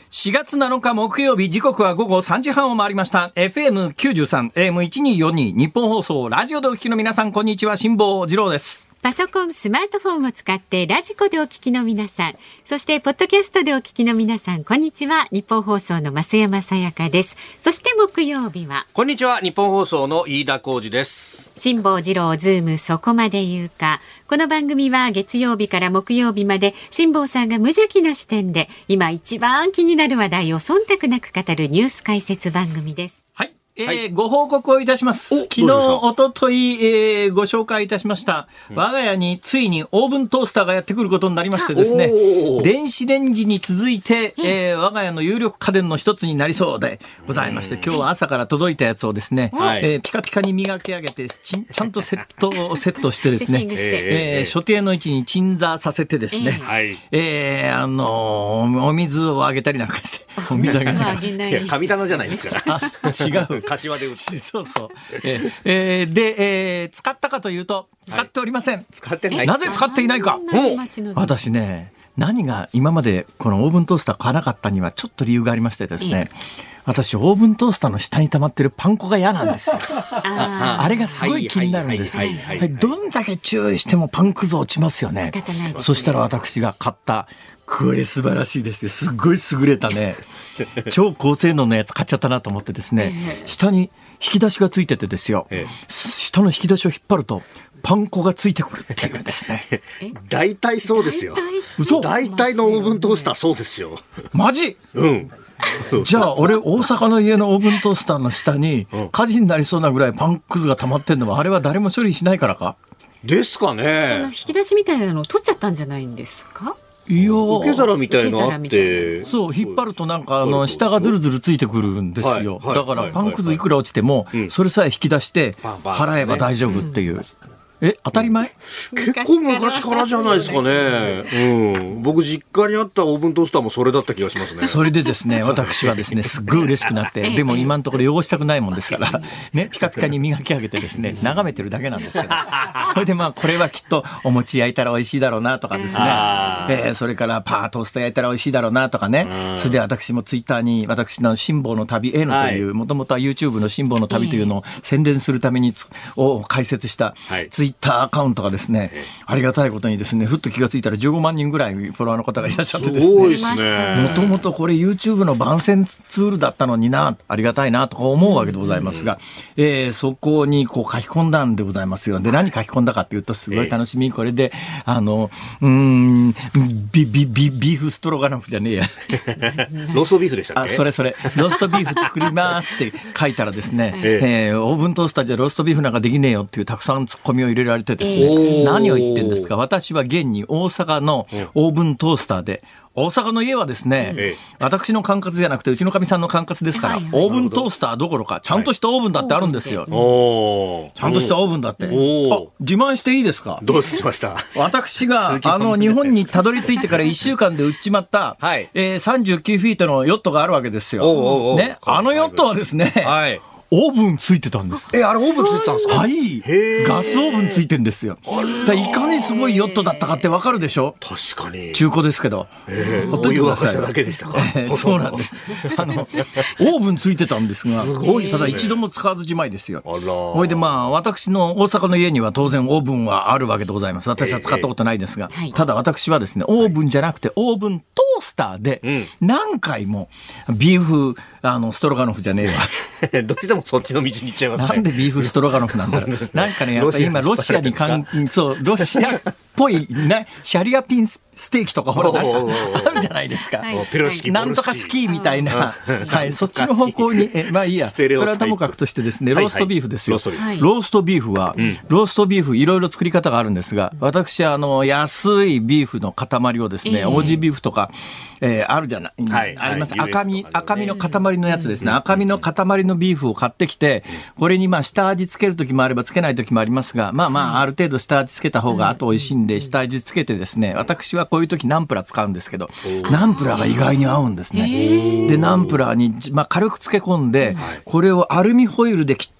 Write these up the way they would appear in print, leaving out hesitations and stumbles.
4月7日木曜日、時刻は午後3時半を回りました。FM93、AM1242、日本放送、ラジオでお聞きの皆さん、こんにちは、辛坊治郎です。 パソコン、スマートフォンを使ってラジコでお聞きの皆さん、そしてポッドキャストでお聞きの皆さん、こんにちは。日本放送の増山さやかです。そして木曜日はこんにちは、日本放送の飯田浩司です。 辛坊治郎ズームそこまで言うか。この番組は月曜日から木曜日まで辛坊さんが無邪気な視点で今一番気になる話題を忖度なく語るニュース解説番組です。 はい、ご報告をいたします。昨日、おととい、ご紹介いたしました、我が家についにオーブントースターがやってくることになりましてですね、電子レンジに続いて、我が家の有力家電の一つになりそうでございまして、今日は朝から届いたやつをですね、ピカピカに磨き上げてちゃんとセットしてですね、所定の位置に鎮座させてですね、お水をあげたりなんかして、お水あげない。 いや、神棚じゃないですから。 違う。 柏で打つ。 そうそう。で、使ったかというと、使っておりません。 使ってない。 なぜ使っていないか。私ね、何が今までこのオーブントースター買わなかったにはちょっと理由がありましてですね、私オーブントースターの下に溜まってるパン粉が嫌なんですよ。あれがすごい気になるんです。どんだけ注意してもパンくず落ちますよね。そしたら私が買ったこれ素晴らしいですよ。すっごい優れたね、超高性能のやつ買っちゃったなと思ってですね、下に引き出しがついててですよ、下の引き出しを引っ張るとパン粉がついてくるっていうですね。 大体そうですよ。大体のオーブントースターそうですよ。 マジ？ うん。 じゃあ俺大阪の家のオーブントースターの下に火事になりそうなぐらいパンくずが溜まってんのは、あれは誰も処理しないからかですかね。 その引き出しみたいなのを取っちゃったんじゃないんですか。 いや受け皿みたいなのあって、 そう引っ張るとなんか下がずるずるついてくるんですよ。だからパンくずいくら落ちてもそれさえ引き出して払えば大丈夫っていう。当たり前？ 結構昔からじゃないですかね。僕実家にあったオーブントースターもそれだった気がしますね。 それでですね、私はですね、すっごい嬉しくなって、でも今のところ汚したくないもんですからね、ピカピカに磨き上げてですね、眺めてるだけなんですけど、それでこれはきっとお餅焼いたら美味しいだろうなとかですね、それからトースト焼いたら美味しいだろうなとかね、それで私もツイッターに私の辛坊の旅へのという、もともとは YouTube の辛坊の旅というのを宣伝するために開設したツイッターアカウントがですね、ありがたいことにですね、ふっと気がついたら15万人ぐらいフォロワーの方がいらっしゃってですね、 すごいですね。 もともとこれ YouTube の番宣ツールだったのにな、ありがたいなとか思うわけでございますが、そこに書き込んだんでございますよ。で、何書き込んだかっていうと、すごい楽しみにこれでビーフストロガノフじゃねえやローストビーフでしたっけ？ それローストビーフ作りますって書いたらですね、オーブントースターじゃローストビーフなんかできねえよっていうたくさんツッコミを入れられてですね、何を言ってんですか。私は現に大阪のオーブントースターで、大阪の家はですね、私の管轄じゃなくてうちのかみさんの管轄ですから、オーブントースターどころかちゃんとしたオーブンだってあるんですよ。ちゃんとしたオーブンだって。自慢していいですか？ どうしました？ 私が日本にたどり着いてから1週間で売っちまった、39フィートのヨットがあるわけですよ。ね、あのヨットはですね、オーブンついてたんです。 あれオーブンついてたんですか？ はい。ガスオーブンついてんですよ。いかにすごいヨットだったかってわかるでしょ？ 確かに。 中古ですけど。ほっといてください。 だけでしたか？ そうなんです。オーブンついてたんですが、 すごいですね。 ただ一度も使わずじまいですよ。 ほいで私の大阪の家には当然オーブンはあるわけでございます。私は使ったことないですが、ただ私はですね、オーブンじゃなくてオーブントースターで何回もビーフストロガノフじゃねえわ。 どうしてもそっちの道に行っちゃいますね。 なんでビーフストロガノフなんだろう。なんかね、やっぱり今ロシアにロシアっぽいね、シャリアピンステーキとかほらなんかあるじゃなんですか。なんとかスキーみたいな、そっちの方向にまあいいや。それはともかくとしてですね、ローストビーフですよ。ローストビーフはローストビーフいろいろ作り方があるんですが、私は安いビーフの塊をですね、オージービーフとかあるじゃない、あります。赤身の塊のやつですね。赤身の塊のビーフを買ってきて、これに下味つける時もあればつけない時もありますが、ある程度下味つけた方が後美味しいんで、下味つけてですね、私はこういう時ナンプラー使うんですけど、ナンプラーが意外に合うんですね。でナンプラーに軽く漬け込んで、これをアルミホイルできっち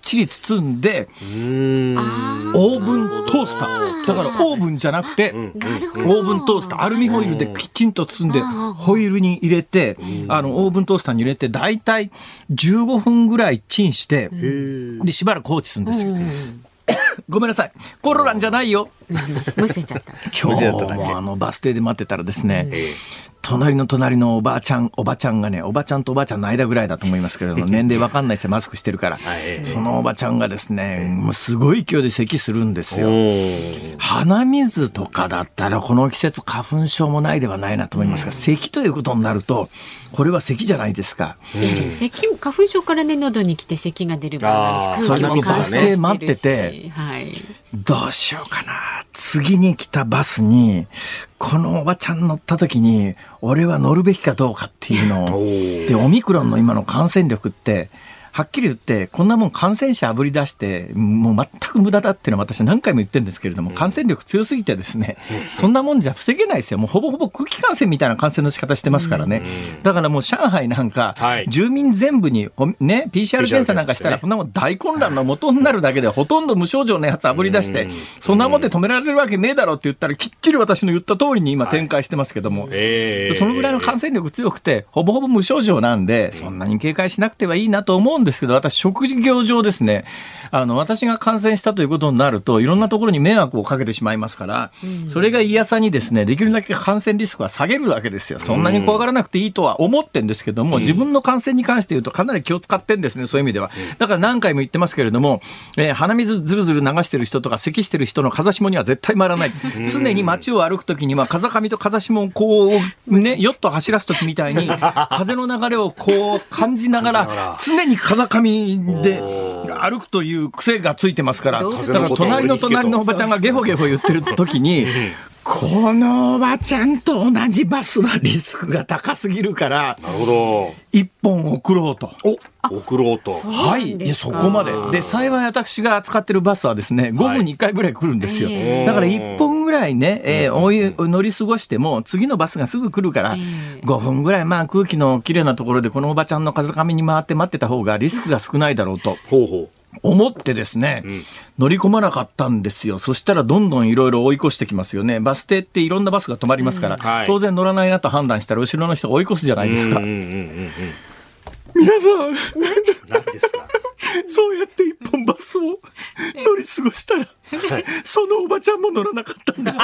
ちり包んでオーブントースターだからオーブンじゃなくてオーブントースターアルミホイルできちんと包んでホイールに入れてオーブントースターに入れてだいたい15分ぐらいチンしてでしばらく放置するんですよ。ごめんなさいコロランじゃないよむせちゃった今日もバス停で待ってたらですね、隣のおばちゃんがねおばちゃんとおばあちゃんの間ぐらいだと思いますけれども年齢わかんないですよマスクしてるからそのおばちゃんがですねもうすごい勢いで咳するんですよ。鼻水とかだったらこの季節花粉症もないではないなと思いますが咳ということになるとこれは咳じゃないですか。 咳花粉症からね喉に来て咳が出る場合あるし空気も乾燥してるし待ってて、 はい、 どうしようかな次に来たバスにこのおばちゃん乗った時に俺は乗るべきかどうかっていうのをでオミクロンの今の感染力ってはっきり言ってこんなもん感染者あぶり出してもう全く無駄だっていうのは私何回も言ってるんですけれども感染力強すぎてですねそんなもんじゃ防げないですよ。もうほぼほぼ空気感染みたいな感染の仕方してますからね。だからもう上海なんか住民全部にね PCR 検査なんかしたらこんなもん大混乱の元になるだけでほとんど無症状のやつあぶり出してそんなもんで止められるわけねえだろって言ったらきっちり私の言った通りに今展開してますけどもそのぐらいの感染力強くてほぼほぼ無症状なんでそんなに警戒しなくてはいいなと思うんですけど私職業上ですね私が感染したということになるといろんなところに迷惑をかけてしまいますからそれが嫌さにですねできるだけ感染リスクは下げるわけですよ。そんなに怖がらなくていいとは思ってんですけども自分の感染に関して言うとかなり気を使ってんですね。そういう意味ではだから何回も言ってますけれども、鼻水ずるずる流してる人とか咳してる人の風下には絶対回らない常に街を歩くときには風上と風下をこうねヨット走らすときみたいに風の流れをこう感じながら常に風上で歩くという癖がついてますからだから隣のおばちゃんがゲホゲホ言ってる時にこのおばちゃんと同じバスはリスクが高すぎるからなるほど一本送ろうとはいそこまで幸い私が使ってるバスはですね5分に1回ぐらい来るんですよ、だから1本ぐらいね、乗り過ごしても次のバスがすぐ来るから、5分ぐらい空気のきれいなところでこのおばちゃんの風上に回って待ってた方がリスクが少ないだろうと思ってですね、乗り込まなかったんですよ。そしたらどんどんいろいろ追い越してきますよね。バス停っていろんなバスが止まりますから、当然乗らないなと判断したら後ろの人が追い越すじゃないですか。皆さん何ですかそうやって一本バスを乗り過ごしたら、そのおばちゃんも乗らなかったんです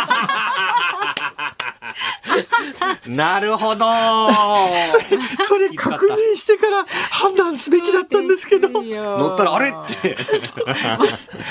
なるほどそれ確認してから判断すべきだったんですけど乗ったらあれってあれおばちゃんも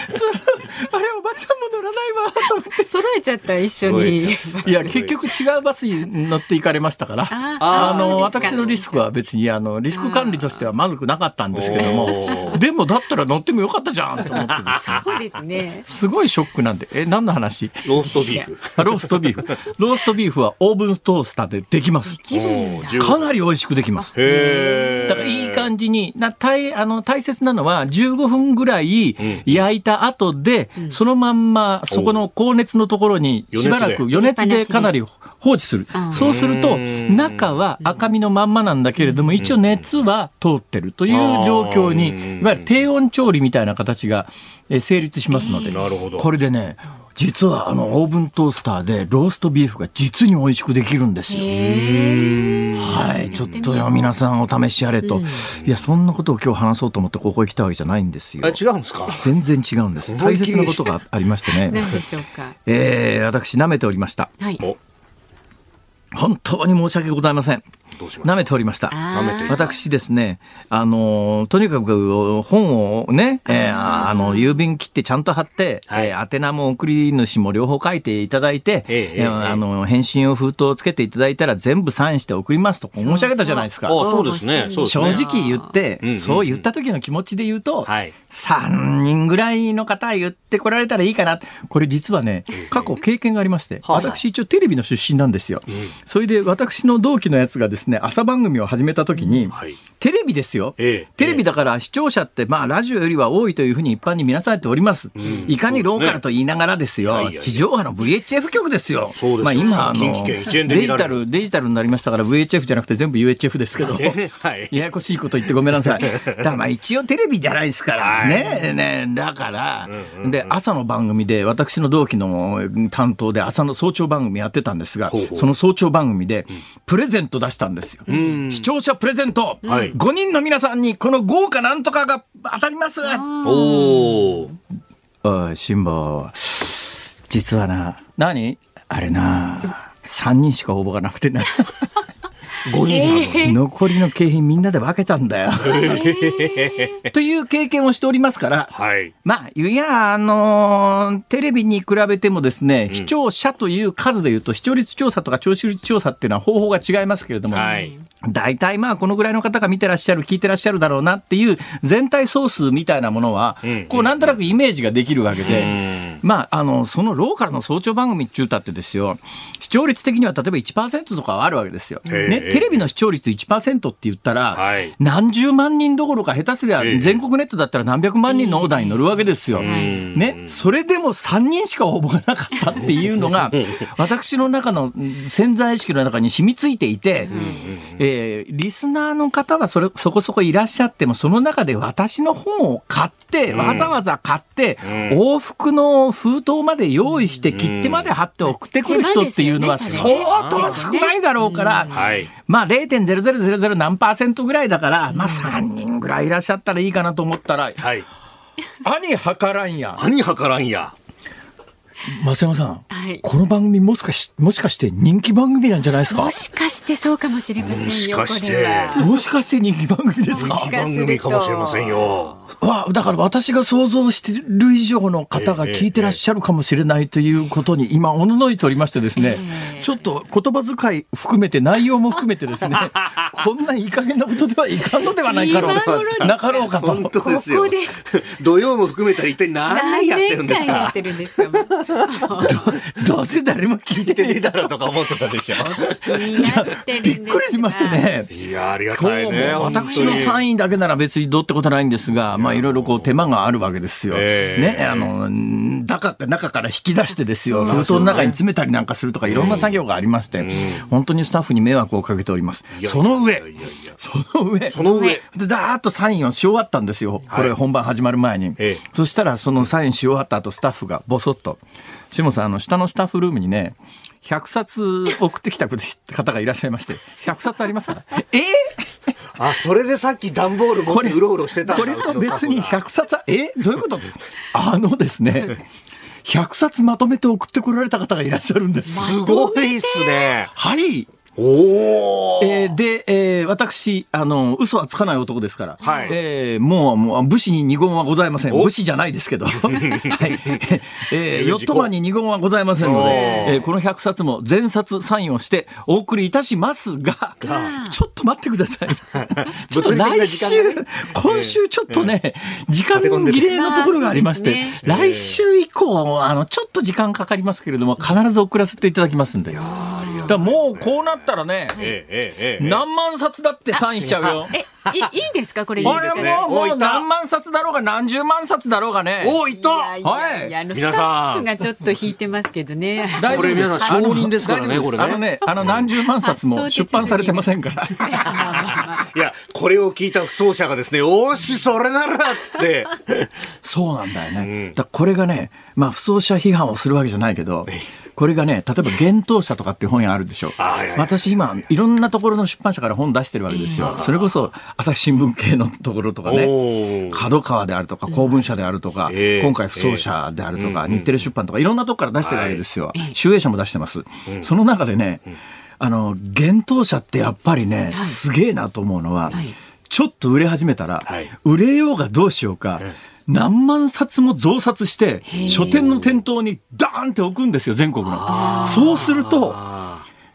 乗らないわと思って揃えちゃった一緒にいや結局違うバスに乗って行かれましたから私のリスクは別にリスク管理としてはまずくなかったんですけどもでもだったら乗ってもよかったじゃんと思ってそうですねすごいショックなんで何の話ローストビーフローストビーフはオーブントースターでできます。かなり美味しくできます。だからいい感じに大切なのは15分ぐらい焼いた後で、そのまんまそこの高熱のところにしばらく余熱でかなり放置する。そうすると中は赤身のまんまなんだけれども一応熱は通ってるという状況にいわゆる低温調理みたいな形が成立しますので、これでね実はオーブントースターでローストビーフが実に美味しくできるんですよ。はい、ちょっと皆さんお試しあれと、いやそんなことを今日話そうと思ってここへ来たわけじゃないんですよ。 違うんですか？ 全然違うんです。大切なことがありましてね。 何でしょうか？ 私舐めておりました。 はい。 本当に申し訳ございません。舐めておりました。私ですね、とにかく本をね、郵便切ってちゃんと貼って、宛名も送り主も両方書いていただいて、返信用封筒をつけていただいたら全部サインして送りますと申し上げたじゃないですか。 そうですね。 正直言って、そう言った時の気持ちで言うと、3人ぐらいの方言ってこられたらいいかな。これ実はね、過去経験がありまして、私一応テレビの出身なんですよ。それで私の同期のやつがですですね、朝番組を始めた時に、 はい、 テレビですよ、テレビだから視聴者って、まあ、ラジオよりは多いというふうに一般に見なされております、いかにローカルと言いながらですよ、地上波の VHF 局ですよ。まあ、今デジタルになりましたから VHF じゃなくて全部 UHF ですけど、ややこしいこと言ってごめんなさい。だからまあ一応テレビじゃないですからね。だから、で朝の番組で私の同期の担当で朝の早朝番組やってたんですが、その早朝番組でプレゼント出したんですよ。視聴者プレゼント、5人の皆さんにこの豪華なんとかが当たります。おい辛坊、実はな、何あれな、3人しか応募がなくてな5人残りの景品みんなで分けたんだよという経験をしておりますから、まあいやテレビに比べてもですね、視聴者という数でいうと視聴率調査とか聴取率調査っていうのは方法が違いますけれども、大体まあこのぐらいの方が見てらっしゃる聞いてらっしゃるだろうなっていう全体総数みたいなものはこうなんとなくイメージができるわけで、まあそのローカルの早朝番組って言ったってですよ、視聴率的には例えば 1% とかはあるわけですよ、ね、テレビの視聴率 1% って言ったら、何十万人どころか下手すりゃ全国ネットだったら何百万人のオーダーに乗るわけですよ、ね、それでも3人しか応募がなかったっていうのが私の中の潜在意識の中に染みついていて、リスナーの方はそこそこいらっしゃっても、その中で私の本を買ってわざわざ買って往復の封筒まで用意して切手まで貼って送ってくる人っていうのは相当少ないだろうから、まあ 0.0000 何%ぐらいだから、まあ3人ぐらいいらっしゃったらいいかなと思ったら、兄はからんや。増山さん、この番組もしかして人気番組なんじゃないですか。 もしかしてそうかもしれませんよ。 もしかして人気番組ですか。 番組かもしれませんよ。 だから私が想像している以上の方が聞いてらっしゃるかもしれないということに今おののいておりましてですね、ちょっと言葉遣い含めて内容も含めてですねこんないい加減なことではいかんのではないかろうなかろうかと。 本当ですよ。土曜も含めたら一体何やってるんですか。 どうせ誰も聞いてねえだろうとか思ってたでしょ。 びっくりしましてね。 いやありがたいね。 私のサインだけなら別にどうってことないんですが、まあいろいろこう手間があるわけですよ。ね、中から引き出してですよ、封筒の中に詰めたりなんかするとかいろんな作業がありまして、本当にスタッフに迷惑をかけております。その上でダーッとサインをし終わったんですよ。これ本番始まる前に。そしたらそのサインし終わった後、スタッフがボソッと、下さん下のスタッフルームにね100冊送ってきた方がいらっしゃいまして、100冊ありますからそれでさっき段ボール持ってうろうろしてたんだ。 これと別に100冊どういうことですね100冊まとめて送ってこられた方がいらっしゃるんです。 すごいっすね。 はい。で、私嘘はつかない男ですから、もう武士に二言はございません。武士じゃないですけどヨットマンに二言はございませんので、この100冊も全冊サインをしてお送りいたしますが、ちょっと待ってくださいちょっと来週今週ちょっとね時間切れのところがありまして、来週以降ちょっと時間かかりますけれども必ず送らせていただきますんで。だもうこうなったらね、何万冊だってサインしちゃうよ。 いいんですかこれ。 もう何万冊だろうが何十万冊だろうがね。 スタッフがちょっと引いてますけどね。 大丈夫です。 皆さん承認ですからね。これね何十万冊も出版されてませんからいやこれを聞いた不走者がですね、おしそれならっつってそうなんだよね。だこれがね、まあ不走者批判をするわけじゃないけど、これがね、例えば幻冬舎とかっていう本屋あるでしょ。私今いろんなところの出版社から本出してるわけですよ。それこそ朝日新聞系のところとかね、角川であるとか公文社であるとか、今回不走者であるとか、日テレ出版とかいろんなとこから出してるわけですよ。集英社も出してます。その中でね、幻冬舎ってやっぱりね、すげえなと思うのは、ちょっと売れ始めたら、売れようがどうしようか、何万冊も増刷して書店の店頭にダーンって置くんですよ、全国の。そうすると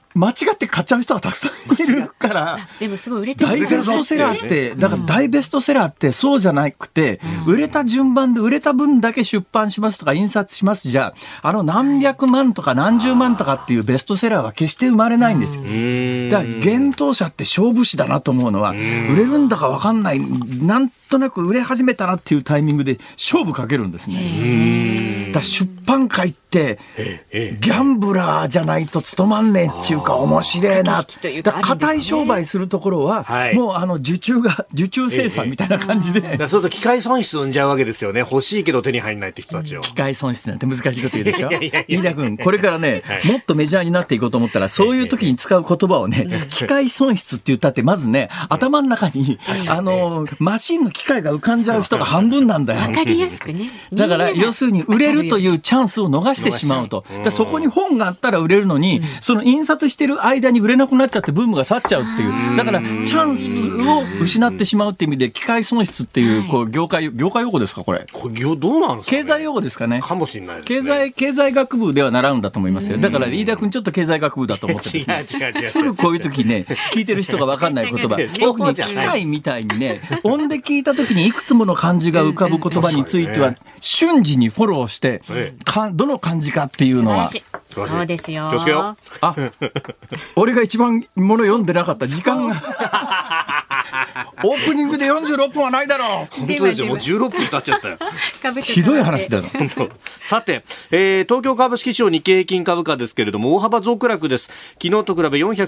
間違って買っちゃう人がたくさんいるからでもすごい売れてる大ベストセラーって、だから大ベストセラーってそうじゃなくて、売れた順番で売れた分だけ出版しますとか印刷しますじゃ、何百万とか何十万とかっていうベストセラーは決して生まれないんですよ。だから幻冬舎って勝負師だなと思うのは、売れるんだか分かんない、なんとなく売れ始めたなっていうタイミングで勝負かけるんですね。だから出版界ってギャンブラーじゃないと務まんねえっていうか面白いな。だから固い商売するところは、もう受注生産みたいな感じで、 そうすると機械損失生んじゃうわけですよね。欲しいけど手に入んないって人たちを。 機械損失なんて難しいこと言うでしょ。飯田君、これからね、もっとメジャーになっていこうと思ったら、そういう時に使う言葉をね、機械損失って言ったって、まずね、頭の中にマシンの機械が浮かんじゃう人が半分なんだよ。 わかりやすくね。 だから要するに売れるというチャンスを逃してしまうと。だそこに本があったら売れるのに、その印刷してる間に売れなくなっちゃってブームが去っちゃうっていう。だからチャンスを失ってしまうっていう意味で、機械損失っていう、業界用語ですかこれ。 どうなんですかね。 経済用語ですかね。 かもしれないですね。 経済学部では習うんだと思いますよ。だから飯田君ちょっと経済学部だと思ってですね。 違う。 すぐこういう時ね、聞いてる人が分かんない言葉。特に機械みたいにね、音で聞いた時にいくつもの漢字が浮かぶ言葉については、瞬時にフォローして、どの漢字かっていうのは。 そうですよ。 気をつけよう。俺が一番もの読んでなかった時間が。オープニングで46分はないだろう。 本当ですよ。もう16分経っちゃったよ。 ひどい話だよ。 さて、東京株式市場日経平均株価ですけれども、大幅増落です。昨日と比べ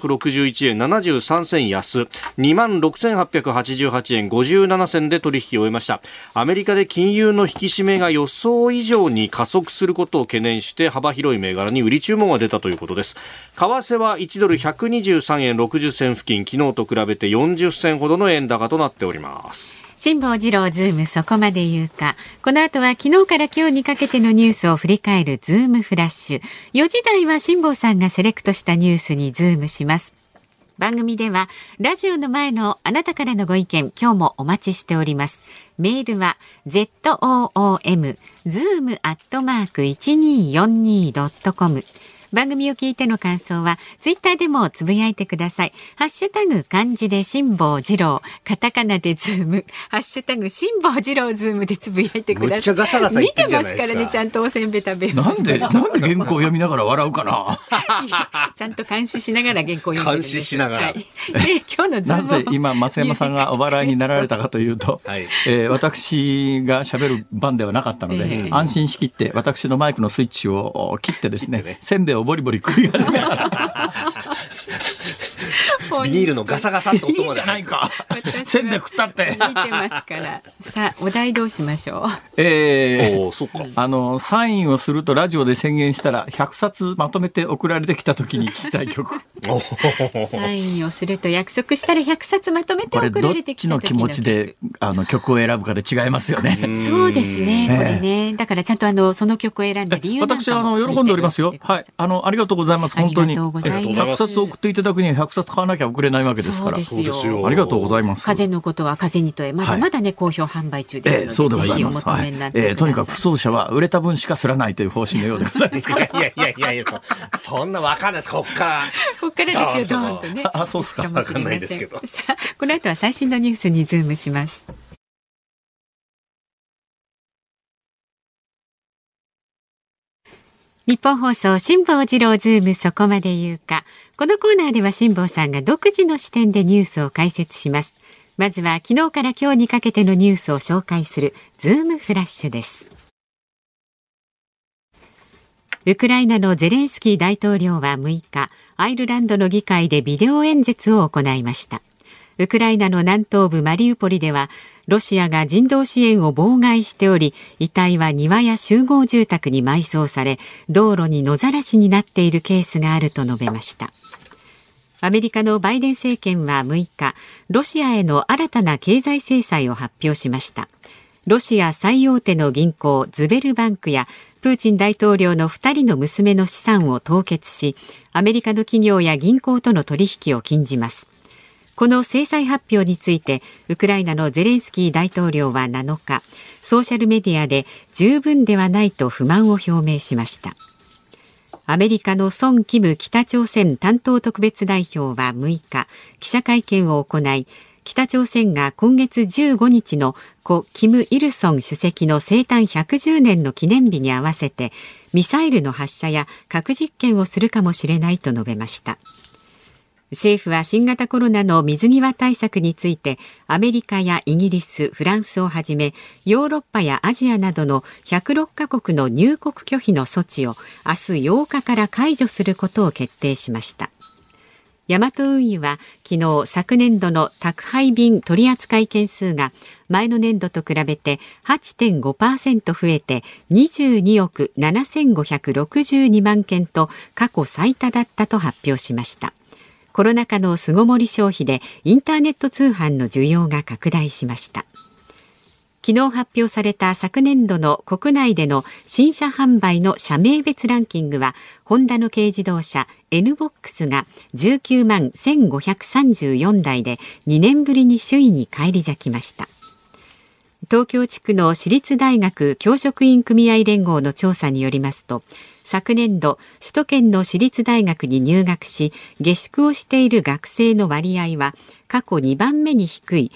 461円73銭安、26,888円57銭で取引を終えました。アメリカで金融の引き締めが予想以上に加速することを懸念して、幅広い銘柄に売り注文が出たということです。為替は1ドル123円60銭付近、昨日と比べて40銭ほどの円高となっております。 辛坊治郎ズームそこまで言うか。この後は昨日から今日にかけてのニュースを振り返るズームフラッシュ。4時台は辛坊さんがセレクトしたニュースにズームします。番組ではラジオの前のあなたからのご意見、今日もお待ちしております。メールは zoom@1242.com。番組を聞いての感想はツイッターでもつぶやいてください。ハッシュタグ漢字で辛坊治郎、カタカナでズーム、ハッシュタグ辛坊治郎ズームでつぶやいてください。 めっちゃガサガサ言ってんじゃないですか。 見てますからね、ちゃんとおせんべ食べなんで原稿読みながら笑うかな。 ちゃんと監視しながら原稿読んでるんです。 監視しながら。 はい、今日のズームなぜ今増山さんがお笑いになられたかというと、私が喋る番ではなかったので、安心しきって私のマイクのスイッチを切ってですね、せんべいをボリボリ食い始めたらビニールのガサガサって音までいいじゃないか。せんべい食ったって見てますから。さあお題どうしましょう。 そっか。 サインをするとラジオで宣言したら100冊まとめて送られてきた時に聞きたい曲。 サインをすると約束したら100冊まとめて送られてきた時の曲。 これどっちの気持ちで曲を選ぶかで違いますよね。 そうですね、これね。だからちゃんとその曲を選んだ理由なんかも私喜んでおりますよ。はい、ありがとうございます。本当に100冊送っていただくには100冊買わなきゃ送れないわけですから。 そうですよ。 ありがとうございます。 風のことは風にとえ、まだまだね、好評販売中ですので、 そうでございます。 ぜひお求めになってください。 とにかく不走者は売れた分しかすらないという方針のようでございます。 いやそんなわかんないです。こっからですよ、ドーンとね。 そうですか。 わかんないですけど。 さあ、この後は最新のニュースにズームします。日本放送辛坊治郎ズームそこまで言うか。このコーナーでは辛坊さんが独自の視点でニュースを解説します。まずは昨日から今日にかけてのニュースを紹介するズームフラッシュです。ウクライナのゼレンスキー大統領は6日、アイルランドの議会でビデオ演説を行いました。ウクライナの南東部マリウポリでは、ロシアが人道支援を妨害しており、遺体は庭や集合住宅に埋葬され、道路に野ざらしになっているケースがあると述べました。アメリカのバイデン政権は6日、ロシアへの新たな経済制裁を発表しました。ロシア最大手の銀行ズベルバンクやプーチン大統領の2人の娘の資産を凍結し、アメリカの企業や銀行との取引を禁じます。この制裁発表について、ウクライナのゼレンスキー大統領は7日、ソーシャルメディアで十分ではないと不満を表明しました。 アメリカのソン・キム北朝鮮担当特別代表は6日、記者会見を行い、北朝鮮が今月15日の故キム・イルソン主席の生誕110年の記念日に合わせて、ミサイルの発射や核実験をするかもしれないと述べました。政府は新型コロナの水際対策について、アメリカやイギリス、フランスをはじめヨーロッパやアジアなどの106カ国の入国拒否の措置を明日8日から解除することを決定しました。ヤマト運輸は昨日、昨年度の宅配便取扱件数が前の年度と比べて 8.5% 増えて22億7562万件と過去最多だったと発表しました。コロナ禍の巣ごもり消費でインターネット通販の需要が拡大しました。昨日発表された昨年度の国内での新車販売の社名別ランキングは、ホンダの軽自動車 NBOX が19万1534台で2年ぶりに首位に返り咲きました。東京地区の私立大学教職員組合連合の調査によりますと、昨年度首都圏の私立大学に入学し下宿をしている学生の割合は過去2番目に低い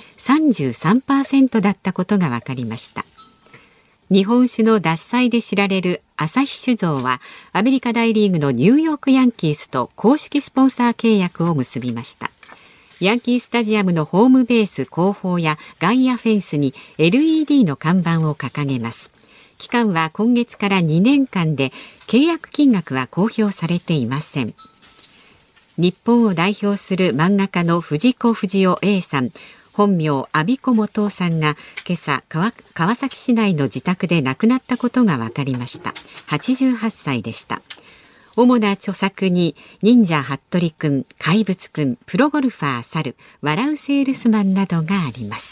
33% だったことが分かりました。日本酒の獺祭で知られる旭酒造はアメリカ大リーグのニューヨークヤンキースと公式スポンサー契約を結びました。ヤンキースタジアムのホームベース後方や外野フェンスに LED の看板を掲げます。期間は今月から2年間で、契約金額は公表されていません。日本を代表する漫画家の藤子不二雄 A さん、本名安孫子元雄さんが今朝川崎市内の自宅で亡くなったことが分かりました。88歳でした。主な著作に忍者ハットリくん、怪物くん、プロゴルファー猿、笑うセールスマンなどがあります。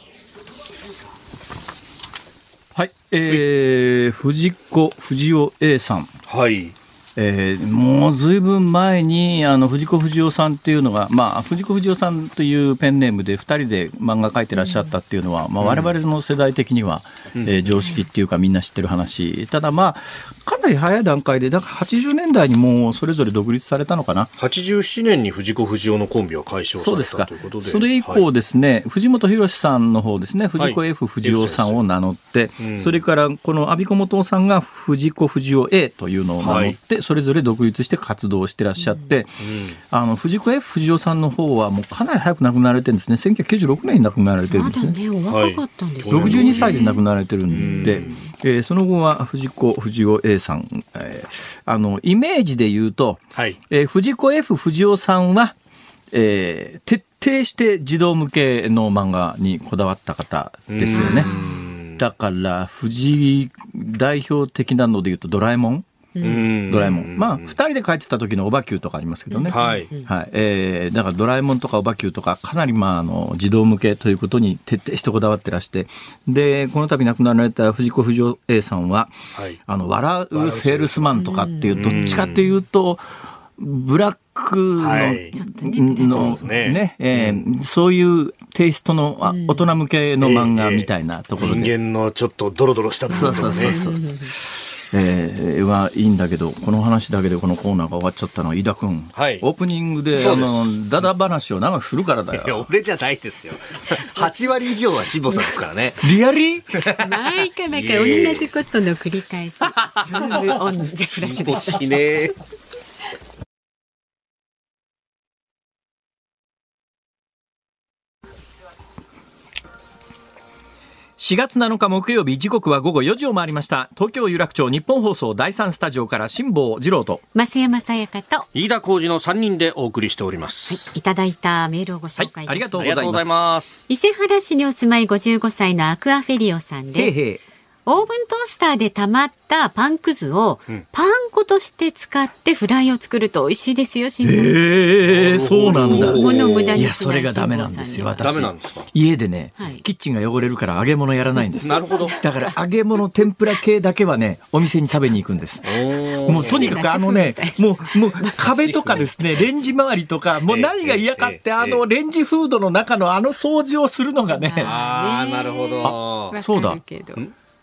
はい、藤子不二雄 A さん、 はい、 もうずいぶん前に藤子不二雄さんっていうのが、藤子不二雄さんというペンネームで2人で漫画描いてらっしゃったっていうのは、我々の世代的には、常識っていうかみんな知ってる話。ただかなり早い段階でだから80年代にもうそれぞれ独立されたのかな。 87年に藤子不二雄のコンビは解消されたということで、 それ以降ですね、藤本弘さんの方ですね、藤子 F 不二雄さんを名乗って、それからこの安孫子元雄さんが藤子不二雄 A というのを名乗って、それぞれ独立して活動してらっしゃって、藤子 F 不二雄さんの方はもうかなり早く亡くなられてるんですね。1996年に亡くなられてるんですね。 まだね、お若かったんですね。 62歳で亡くなられてるんで、その後は藤子不二雄 A さん、イメージで言うと、藤子 F 不二雄さんは、徹底して児童向けの漫画にこだわった方ですよね。だから代表的なので言うとドラえもん、ドラえもん、2人で書いてた時のオバキューとかありますけどね、だからドラえもんとかオバキューとかかなり児童向けということに徹底してこだわってらして、でこの度亡くなられた藤子不二雄 A さんは、笑うセールスマンとかっていう、どっちかというとブラックの、そういうテイストの大人向けの漫画みたいなところで、 人間のちょっとドロドロした部分とかね、 はいいんだけど、この話だけでこのコーナーが終わっちゃったのは飯田君、オープニングでダダ話を長くするからだよ。 いや俺じゃないですよ。8割以上は辛坊さんですからね。 リアリー毎回同じことの繰り返し。ズームオンでフラッシュでした。 4月7日木曜日、時刻は午後4時を回りました。東京有楽町日本放送第3スタジオから辛坊治郎と増山さやかと飯田浩司の3人でお送りしております。 いただいたメールをご紹介いたします。 ありがとうございます。 伊勢原市にお住まい55歳のアクアフェリオさんです。オーブントースターで溜まったパンくずをパン粉として使ってフライを作ると美味しいですよ。辛坊さん。 そうなんだ。 物無駄にしない。 いや、それがダメなんですよ。私ダメなんですか。 家でね、キッチンが汚れるから揚げ物やらないんです。 なるほど。 だから揚げ物天ぷら系だけはね、お店に食べに行くんです。もうとにかくもう壁とかですね、レンジ周りとか、もう何が嫌かってレンジフードの中の掃除をするのがね。 なるほど。 そうだ。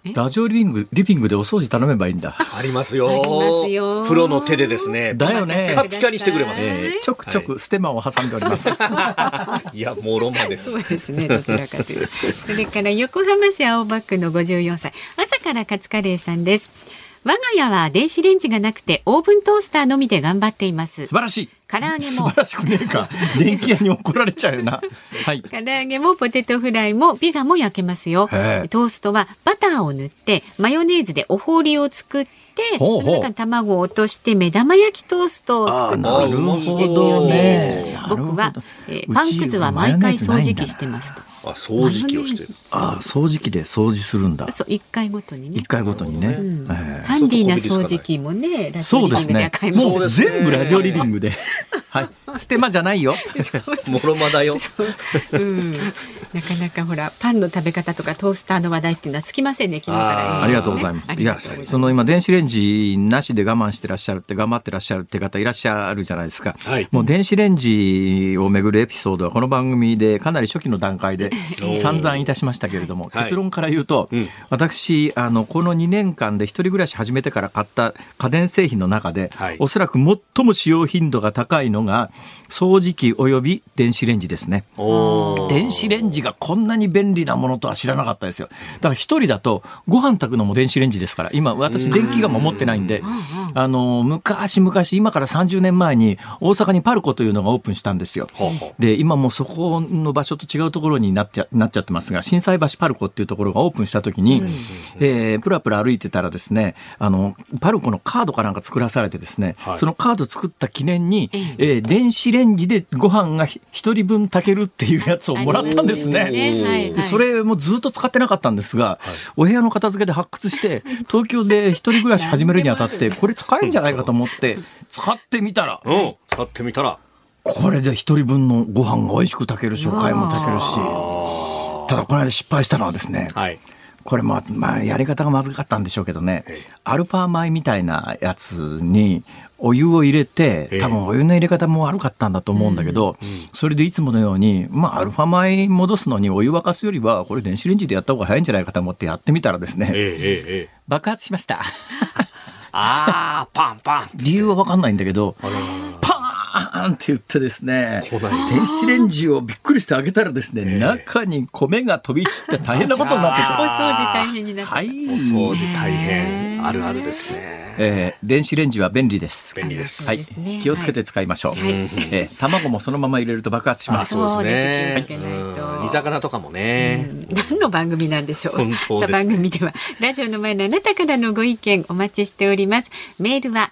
ラジオリビングでお掃除頼めばいいんだ。 ありますよ。プロの手でですね。 だよね。 ピカピカにしてくれます。 ちょくちょくステマを挟んでおります。 いや、もろまです。 そうですね、どちらかという。それから横浜市青葉区の54歳、朝からカツカレーさんです。我が家は電子レンジがなくてオーブントースターのみで頑張っています。 素晴らしい。 唐揚げも素晴らしくねえか。電気屋に怒られちゃうよな。はい。 唐揚げもポテトフライもピザも焼けますよ。トーストはバターを塗ってマヨネーズでお堀を作ってその中に卵を落として目玉焼きトーストを作るの美味しいですよね。僕は、パンくずは毎回掃除機してますと。 掃除機をしてる。 掃除機で掃除するんだ。 そう、1回ごとにね。 1回ごとにね。 ハンディな掃除機もね、ラジオリビングで買います。 もう全部ラジオリビングで。はい。ステマじゃないよ。 もろまだよ。 なかなかほらパンの食べ方とかトースターの話題っていうのはつきませんね、昨日から。 ありがとうございます。いや、その今電子レンジなしで我慢してらっしゃるって頑張ってらっしゃるって方いらっしゃるじゃないですか。もう電子レンジをめぐるエピソードはこの番組でかなり初期の段階で散々いたしまししたけれども、結論から言うと、私この2年間で一人暮らし始めてから買った家電製品の中で、おそらく最も使用頻度が高いのが掃除機および電子レンジですね。電子レンジがこんなに便利なものとは知らなかったですよ。だから一人だとご飯炊くのも電子レンジですから。今私電気ガも持ってないんで、昔今から30年前に大阪にパルコというのがオープンしたんですよ。で今もうそこの場所と違うところになっちゃってますが、心斎橋パルコっていうところがオープンした時に、プラプラ歩いてたらですね、パルコのカードかなんか作らされてですね、そのカード作った記念に、電子レンジでご飯が1人分炊けるっていうやつをもらったんですね。でそれもずっと使ってなかったんですが、お部屋の片付けで発掘して東京で一人暮らし始めるにあたってこれ使えるんじゃないかと思って使ってみたら、これで一人分のご飯が美味しく炊けるし、おかゆも炊けるし。ただこの間失敗したのはですね、これまあやり方がまずかったんでしょうけどね、アルファ米みたいなやつにお湯を入れて、多分お湯の入れ方も悪かったんだと思うんだけど、それでいつものように、アルファ米戻すのにお湯沸かすよりはこれ電子レンジでやった方が早いんじゃないかと思ってやってみたらですね、爆発しました。 パンパン。 理由は分かんないんだけど、パーンって言ってですね、電子レンジをびっくりして開けたらですね、中に米が飛び散って大変なことになってて、 お掃除大変になっちゃった。 お掃除大変、あるあるですね。 電子レンジは便利です。 便利です。 はい、気をつけて使いましょう。卵もそのまま入れると爆発します。 そうですね。煮魚とかもね。 何の番組なんでしょう。さあ番組ではラジオの前のあなたからのご意見お待ちしております。メールは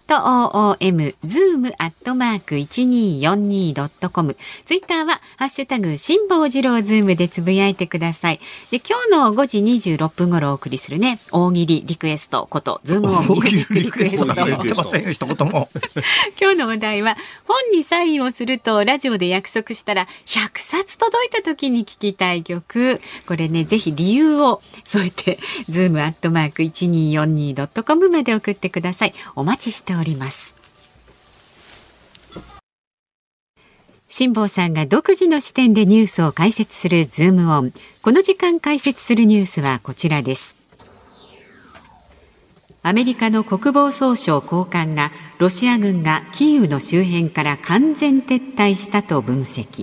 zoom@1242.com、ツイッターはハッシュタグ辛坊治郎ズームでつぶやいてください。で今日の5時26分頃お送りするね、大喜利リクエストことズームオンミュージックリクエスト。今日のお題は、本にサインをするとラジオで約束したら100冊届いた時に聞きたい曲。これね、ぜひ理由を添えてzoom@1242.com まで送ってください。お待ちしております。辛坊さんが独自の視点でニュースを解説するズームオン。この時間解説するニュースはこちらです。アメリカの国防総省高官がロシア軍がキーウの周辺から完全撤退したと分析。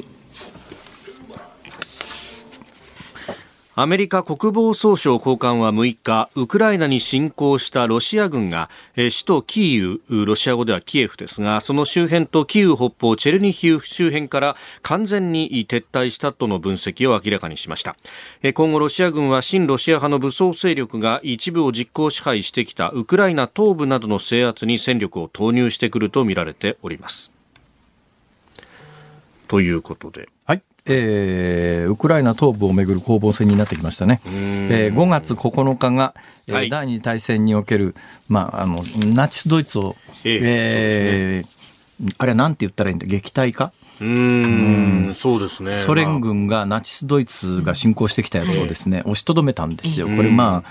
アメリカ国防総省高官は6日、ウクライナに侵攻したロシア軍が首都キーウ、ロシア語ではキエフですが、その周辺とキーウ北方チェルニヒウ周辺から完全に撤退したとの分析を明らかにしました。今後ロシア軍は親ロシア派の武装勢力が一部を実効支配してきたウクライナ東部などの制圧に戦力を投入してくるとみられております。ということで、 はい、ウクライナ東部をめぐる攻防戦になってきましたね。5月9日が、第二次大戦における、ナチスドイツを、あれはなんて言ったらいいんだ、撃退か。 そうですね。 ソ連軍がナチスドイツが侵攻してきたやつをですね、押しとどめたんですよ。これ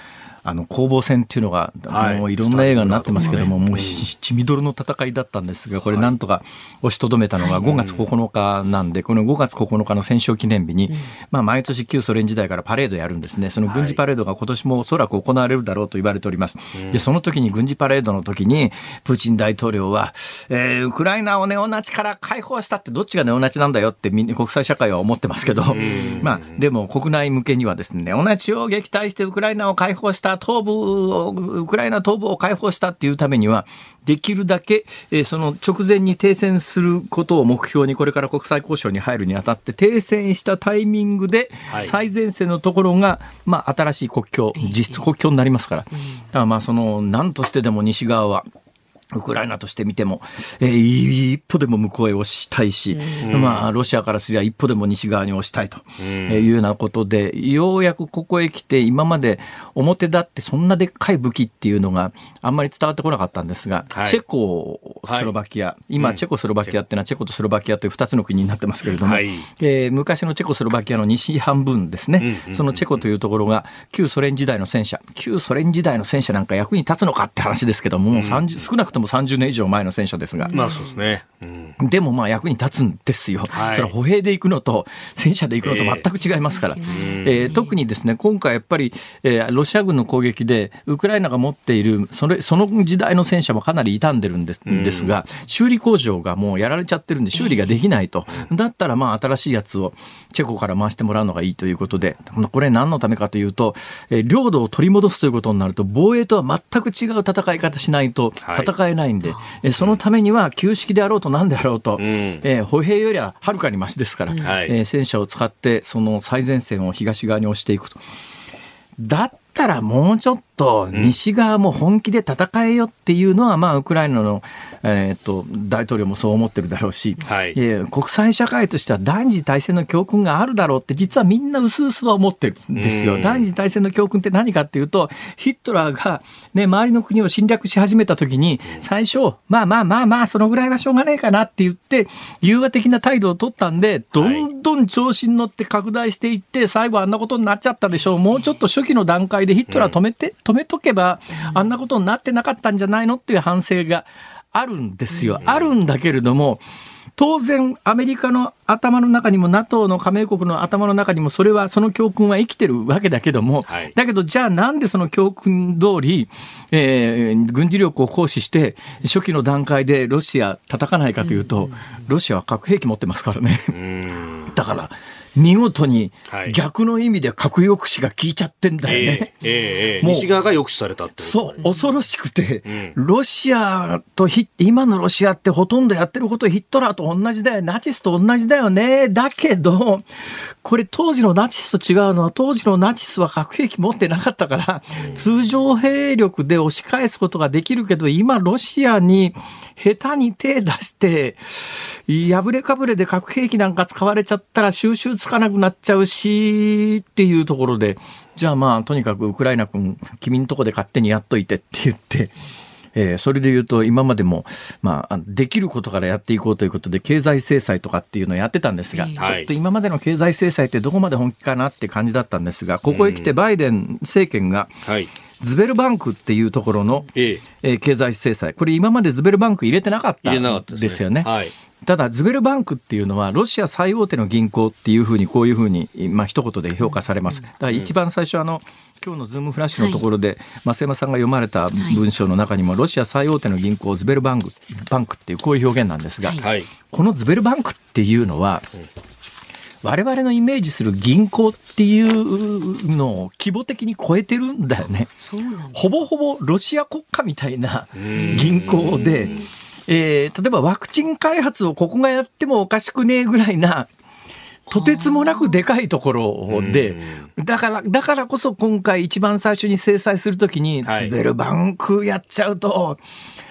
攻防戦っていうのが、もういろんな映画になってますけども、もう血みどろの戦いだったんですが、これなんとか押しとどめたのが5月9日なんで、この5月9日の戦勝記念日に、毎年旧ソ連時代からパレードやるんですね。その軍事パレードが今年もおそらく行われるだろうと言われております。で、その時に軍事パレードの時に、プーチン大統領は、ウクライナをネオナチから解放したって、どっちがネオナチなんだよって国際社会は思ってますけど、でも国内向けにはですね、ネオナチを撃退してウクライナを解放した、ウクライナ東部を解放したっていうためには、できるだけ、その直前に停戦することを目標に、これから国際交渉に入るにあたって、停戦したタイミングで、最前線のところが、新しい国境、実質国境になりますから。だから何としてでも西側は、ウクライナとして見ても、一歩でも向こうへ押したいし、ロシアからすれば一歩でも西側に押したいというようなことで、ようやくここへ来て、今まで表立ってそんなでっかい武器っていうのがあんまり伝わってこなかったんですが、チェコスロバキア、今チェコスロバキアっていうのはチェコとスロバキアという2つの国になってますけれども、昔のチェコスロバキアの西半分ですね、そのチェコというところが旧ソ連時代の戦車なんか役に立つのかって話ですけども、少なくとも30年以上前の戦車ですが、 そうですね。 でも役に立つんですよ。それは歩兵で行くのと戦車で行くのと全く違いますから、特にですね、今回やっぱり、ロシア軍の攻撃でウクライナが持っているその時代の戦車もかなり傷んでるんですが、修理工場がもうやられちゃってるんで修理ができないと。だったら新しいやつをチェコから回してもらうのがいいということで、これ何のためかというと、領土を取り戻すということになると、防衛とは全く違う戦い方しないと戦えないんで、そのためには旧式であろうと何であろうと、歩兵よりははるかにマシですから、戦車を使ってその最前線を東側に押していくと。だったらもうちょっと西側も本気で戦えよっていうのは、ウクライナの、大統領もそう思ってるだろうし、国際社会としては第二次大戦の教訓があるだろうって実はみんな薄々は思ってるんですよ。第二次大戦の教訓って何かっていうと、ヒットラーが、周りの国を侵略し始めた時に最初そのぐらいはしょうがねえかなって言って融和的な態度を取ったんで、どんどん調子に乗って拡大していって、最後あんなことになっちゃったでしょう。もうちょっと初期の段階でヒットラー止めとけばあんなことになってなかったんじゃないのっていう反省があるんですよ。あるんだけれども、当然アメリカの頭の中にも NATO の加盟国の頭の中にもその教訓は生きてるわけだけども、だけどじゃあなんでその教訓通り、軍事力を行使して初期の段階でロシア叩かないかというと、ロシアは核兵器持ってますからね。だから見事に逆の意味で核抑止が効いちゃってんだよね。 西側が抑止されたってこと、 そう、恐ろしくて、ロシアと今のロシアってほとんどやってることヒットラーと同じだよ、ナチスと同じだよね。だけどこれ当時のナチスと違うのは、当時のナチスは核兵器持ってなかったから、通常兵力で押し返すことができるけど、今ロシアに下手に手出して破れかぶれで核兵器なんか使われちゃったら収拾つかなくなっちゃうしっていうところで、じゃあとにかくウクライナ君君んとこで勝手にやっといてって言って、それで言うと今までも、できることからやっていこうということで経済制裁とかっていうのをやってたんですが、ちょっと今までの経済制裁ってどこまで本気かなって感じだったんですが、ここへ来てバイデン政権が、ズベルバンクっていうところの、経済制裁、これ今までズベルバンク入れてなかったんですよね。ただズベルバンクっていうのはロシア最大手の銀行っていうふうにこういうふうに一言で評価されます。だから一番最初今日のズームフラッシュのところで増山さんが読まれた文章の中にも、ロシア最大手の銀行ズベルバンクっていうこういう表現なんですが、このズベルバンクっていうのは我々のイメージする銀行っていうのを規模的に超えてるんだよね。ほぼほぼロシア国家みたいな銀行で、例えばワクチン開発をここがやってもおかしくねえぐらいなとてつもなくでかいところで、だからこそ今回一番最初に制裁するときにズベルバンクやっちゃうと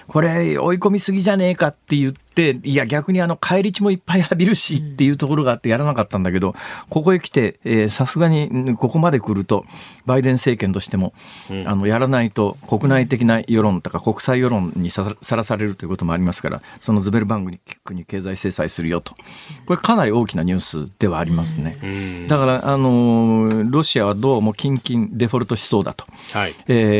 これ追い込みすぎじゃねえかって言って、いや逆に返り血もいっぱい浴びるしっていうところがあってやらなかったんだけど、ここへ来てさすがにここまで来るとバイデン政権としても、やらないと国内的な世論とか国際世論にさらされるということもありますから、そのズベルバンクに経済制裁するよと、これかなり大きなニュースではありますね。だからロシアはどうも近々デフォルトしそうだと、はい、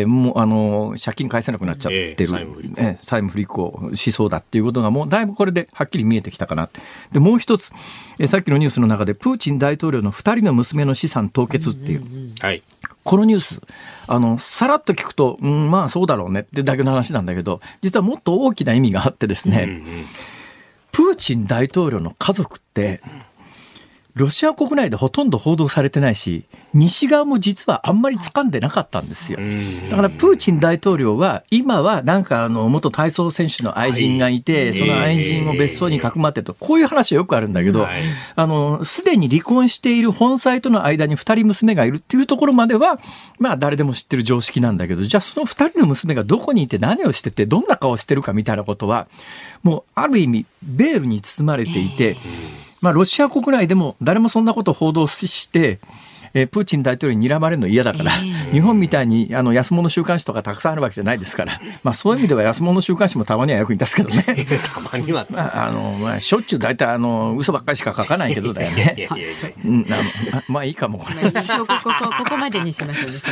もう借金返せなくなっちゃってる、債務不履行しそうだっていうことがもうだいぶこれではっきり見えてきたかな。でもう一つ、さっきのニュースの中でプーチン大統領の2人の娘の資産凍結っていう、はい、このニュースさらっと聞くと、まあそうだろうねってだけの話なんだけど、実はもっと大きな意味があってですね、プーチン大統領の家族ってロシア国内でほとんど報道されてないし、西側も実はあんまり掴んでなかったんですよ。だからプーチン大統領は今はなんか元体操選手の愛人がいて、その愛人を別荘にかくまってと、こういう話はよくあるんだけど、すでに離婚している本妻との間に2人娘がいるっていうところまではまあ誰でも知ってる常識なんだけど、じゃあその2人の娘がどこにいて何をしててどんな顔をしてるかみたいなことはもうある意味ベールに包まれていて、まあ、ロシア国内でも誰もそんなことを報道して、プーチン大統領に睨まれるの嫌だから、日本みたいに安物週刊誌とかたくさんあるわけじゃないですから、まあ、そういう意味では安物週刊誌もたまには役に立つけどねたまには、 しょっちゅう大体嘘ばっかりしか書かないけどだよねまあいいかもこれここまでにしましょうね、そ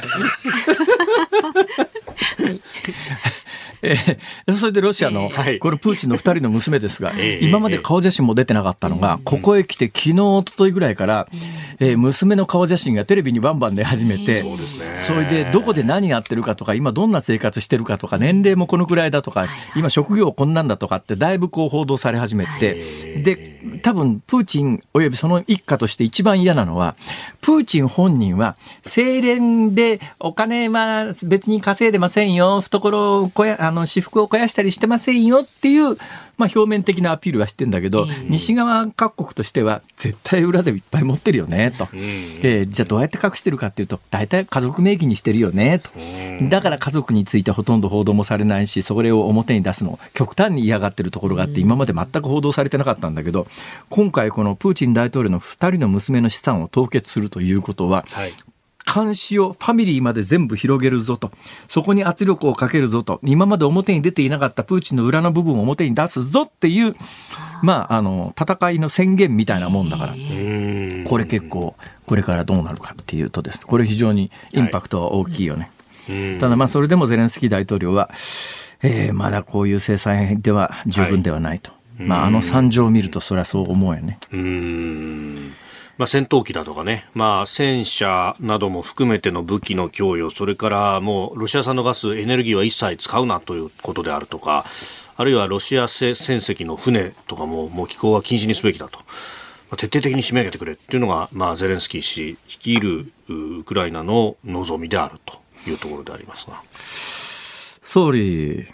れそれでロシアのこれプーチンの2人の娘ですが、今まで顔写真も出てなかったのが、ここへ来て昨日一昨日ぐらいから、娘の顔写真がテレビにバンバン出始めて、それでどこで何やってるかとか、今どんな生活してるかとか、年齢もこのくらいだとか、今職業こんなんだとかってだいぶこう報道され始めて、で多分プーチンおよびその一家として一番嫌なのは、プーチン本人は清廉でお金は別に稼いでませんよ、懐を私服を肥やしたりしてませんよっていう、まあ、表面的なアピールはしてんだけど、西側各国としては絶対裏でいっぱい持ってるよねと、じゃあどうやって隠してるかっていうと、大体家族名義にしてるよねと、だから家族についてほとんど報道もされないし、それを表に出すのを極端に嫌がってるところがあって、今まで全く報道されてなかったんだけど、今回このプーチン大統領の2人の娘の資産を凍結するということは、監視をファミリーまで全部広げるぞと、そこに圧力をかけるぞと、今まで表に出ていなかったプーチンの裏の部分を表に出すぞっていう、まあ、戦いの宣言みたいなもんだから、これ結構これからどうなるかっていうとですね、これ非常にインパクトは大きいよね。ただまあそれでもゼレンスキー大統領は、まだこういう制裁では十分ではないと、まあ、惨状を見るとそれはそう思うよね。 まあ、戦闘機だとかね、まあ、戦車なども含めての武器の供与、それからもうロシア産のガス、エネルギーは一切使うなということであるとか、あるいはロシア船籍の船とかもう寄港は禁止にすべきだと、まあ、徹底的に締め上げてくれっていうのが、まあ、ゼレンスキー氏率いるウクライナの望みであるというところでありますが、 総理、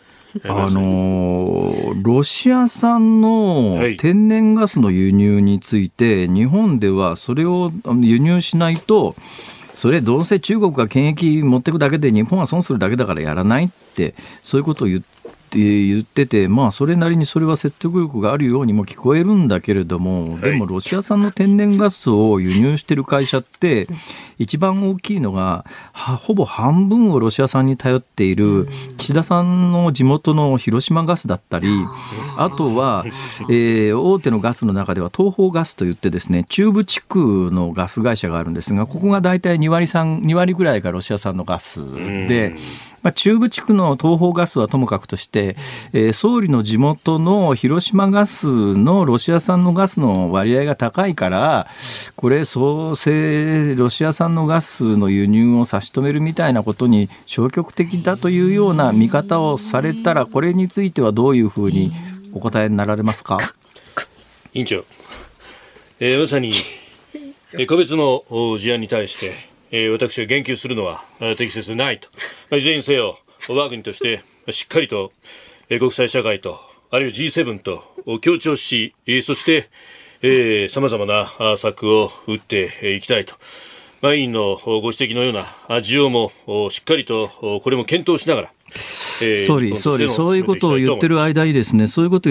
ロシア産の天然ガスの輸入について、日本ではそれを輸入しないと、それどうせ中国が権益持っていくだけで日本は損するだけだからやらないって、そういうことを言ってて、まあそれなりにそれは説得力があるようにも聞こえるんだけれども、でもロシア産の天然ガスを輸入してる会社って一番大きいのがほぼ半分をロシア産に頼っている岸田さんの地元の広島ガスだったり、あとは、大手のガスの中では東邦ガスといってですね、中部地区のガス会社があるんですが、ここが大体2割ぐらいがロシア産のガスで、まあ、中部地区の東邦ガスはともかくとして、総理の地元の広島ガスのロシア産のガスの割合が高いから、これロシア産のガスの輸入を差し止めるみたいなことに消極的だというような見方をされたら、これについてはどういうふうにお答えになられますか。 委員長、まさに個別の事案に対して私が言及するのは適切でないと、いずれにせよ我が国としてしっかりと国際社会とあるいは G7 と協調し、そして様々な策を打っていきたいと、委員のご指摘のような需要もしっかりとこれも検討しながら総理、そういうことを言ってる間にですね、我々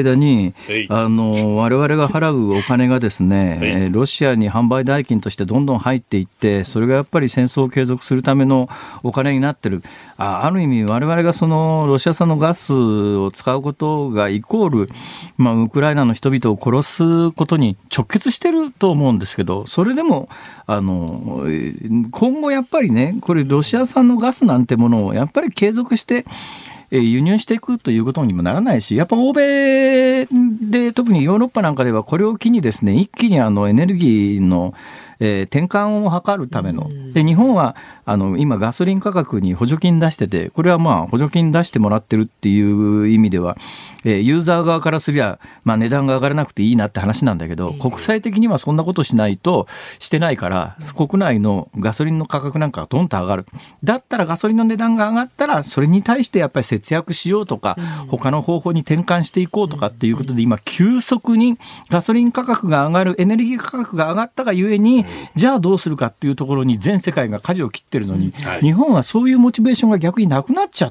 が払うお金がですね、ロシアに販売代金としてどんどん入っていって、それがやっぱり戦争を継続するためのお金になってる。ある意味我々がそのロシア産のガスを使うことがイコール、ウクライナの人々を殺すことに直結してると思うんですけど、それでも今後やっぱりね、これロシア産のガスなんてものをやっぱり継続して輸入していくということにもならないし、やっぱ欧米で特にヨーロッパなんかではこれを機にですね、一気にエネルギーの転換を図るためので、日本は今ガソリン価格に補助金出してて、これは補助金出してもらってるっていう意味ではユーザー側からすりゃ値段が上がらなくていいなって話なんだけど、国際的にはそんなことしないとしてないから、国内のガソリンの価格なんかがドンと上がる。だったらガソリンの値段が上がったらそれに対してやっぱり節約しようとか、他の方法に転換していこうとかっていうことで、今急速にガソリン価格が上がる、エネルギー価格が上がったがゆえに、じゃあどうするかっていうところに全世界が舵を切ってるのに、日本はそういうモチベーションが逆になくなっちゃって、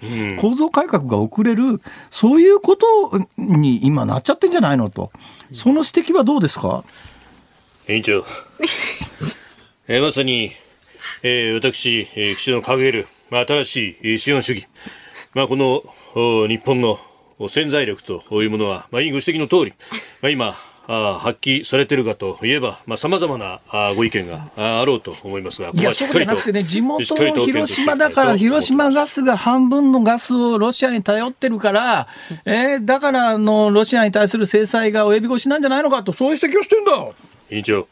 構造改革が遅れる、そういうことに今なっちゃってんじゃないのと、その指摘はどうですか。 委員長まさに、私、岸田の掲げる、新しい資本主義、この日本の潜在力というものは、委員ご指摘の通り、今発揮されているかといえば、様々なご意見があろうと思いますが、 いや、そうじゃなくてね、地元の広島だから、広島ガスが半分のガスをロシアに頼ってるから、だからロシアに対する制裁が及び腰なんじゃないのかと、そういう指摘をしてるんだ。 委員長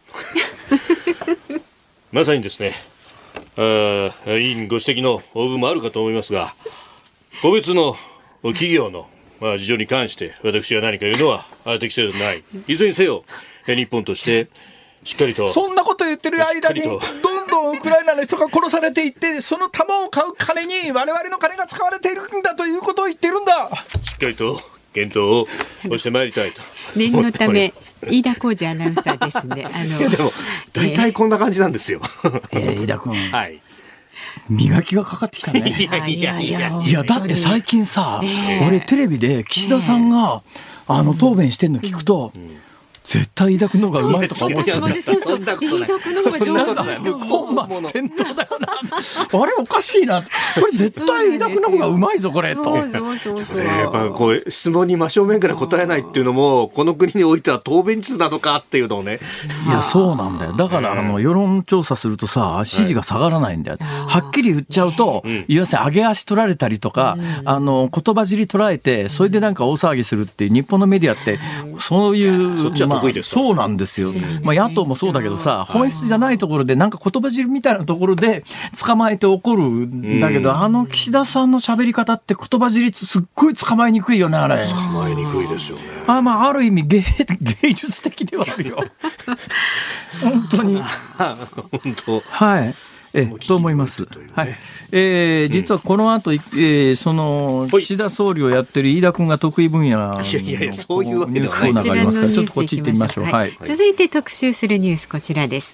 まさにですね、委員ご指摘の部分もあるかと思いますが、個別の企業の事情に関して私が何か言うのは適正ではない。いずれにせよ日本としてしっかりと、 そんなこと言ってる間にどんどんウクライナの人が殺されていって、その弾を買う金に我々の金が使われているんだということを言ってるんだ。 しっかりと検討をしてまいりたいと。 念のため飯田浩二アナウンサーですね。 いやでも大体こんな感じなんですよ。 飯田君、 はい、 磨きがかかってきたね。いやだって最近さ、俺テレビで岸田さんが答弁してんの聞くと、絶対飯田君の方がうまいとか思っちゃうね。 飯田君の方が上手だよ。 本末転倒だよな。あれおかしいな。これ絶対飯田君の方がうまいぞこれと。 やっぱこう質問に真正面から答えないっていうのも、この国においては答弁術なのかっていうのをね。 いやそうなんだよ。だから世論調査するとさ、支持が下がらないんだよ。はっきり言っちゃうと、要するに上げ足取られたりとか、言葉尻捉えて、それでなんか大騒ぎするっていう日本のメディアってそういう。 そっちは得意ですか。 そうなんですよ。野党もそうだけどさ、本質じゃないところでなんか言葉尻みたいなところで捕まえて怒るんだけど、岸田さんの喋り方って言葉尻すっごい捕まえにくいよね。あれ捕まえにくいですよね。 ある意味芸術的ではあるよ。本当に本当、 はいと思います。はい。実はこの後、その岸田総理をやってる飯田君が得意分野のニュースコーナーがありますから、ちょっとこっち行ってみましょう。はい。 続いて特集するニュース、こちらです。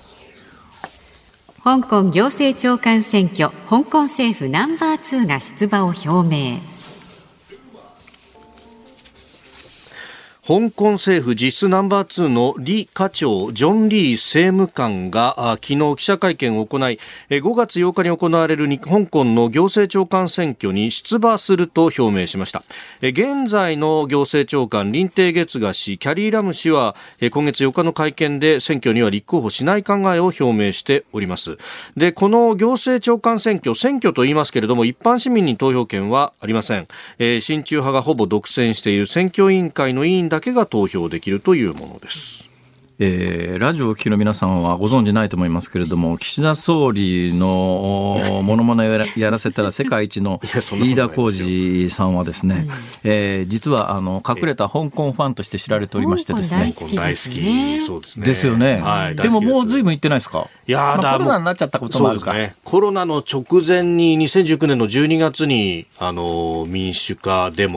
香港行政長官選挙、香港政府ナンバー2が出馬を表明。 香港政府実質ナンバー2の李家超ジョン・リー政務官が昨日記者会見を行い、5月8日に行われる香港の行政長官選挙に出馬すると表明しました。現在の行政長官林鄭月娥氏、キャリー・ラム氏は今月4日の会見で選挙には立候補しない考えを表明しております。で、この行政長官選挙と言いますけれども、一般市民に投票権はありません。親中派がほぼ独占している選挙委員会の委員だけが投票できるというものです。 ラジオをお聞きの皆さんはご存じないと思いますけれども、岸田総理のモノマネをやらせたら世界一の飯田浩二さんはですね、実は隠れた香港ファンとして知られておりましてですね、 香港大好き、そうですね。 ですよね。はい、でももう随分行ってないですか。 いやコロナになっちゃったこともあるか。 そうですね。コロナの直前に2019年の12月に民主化デモ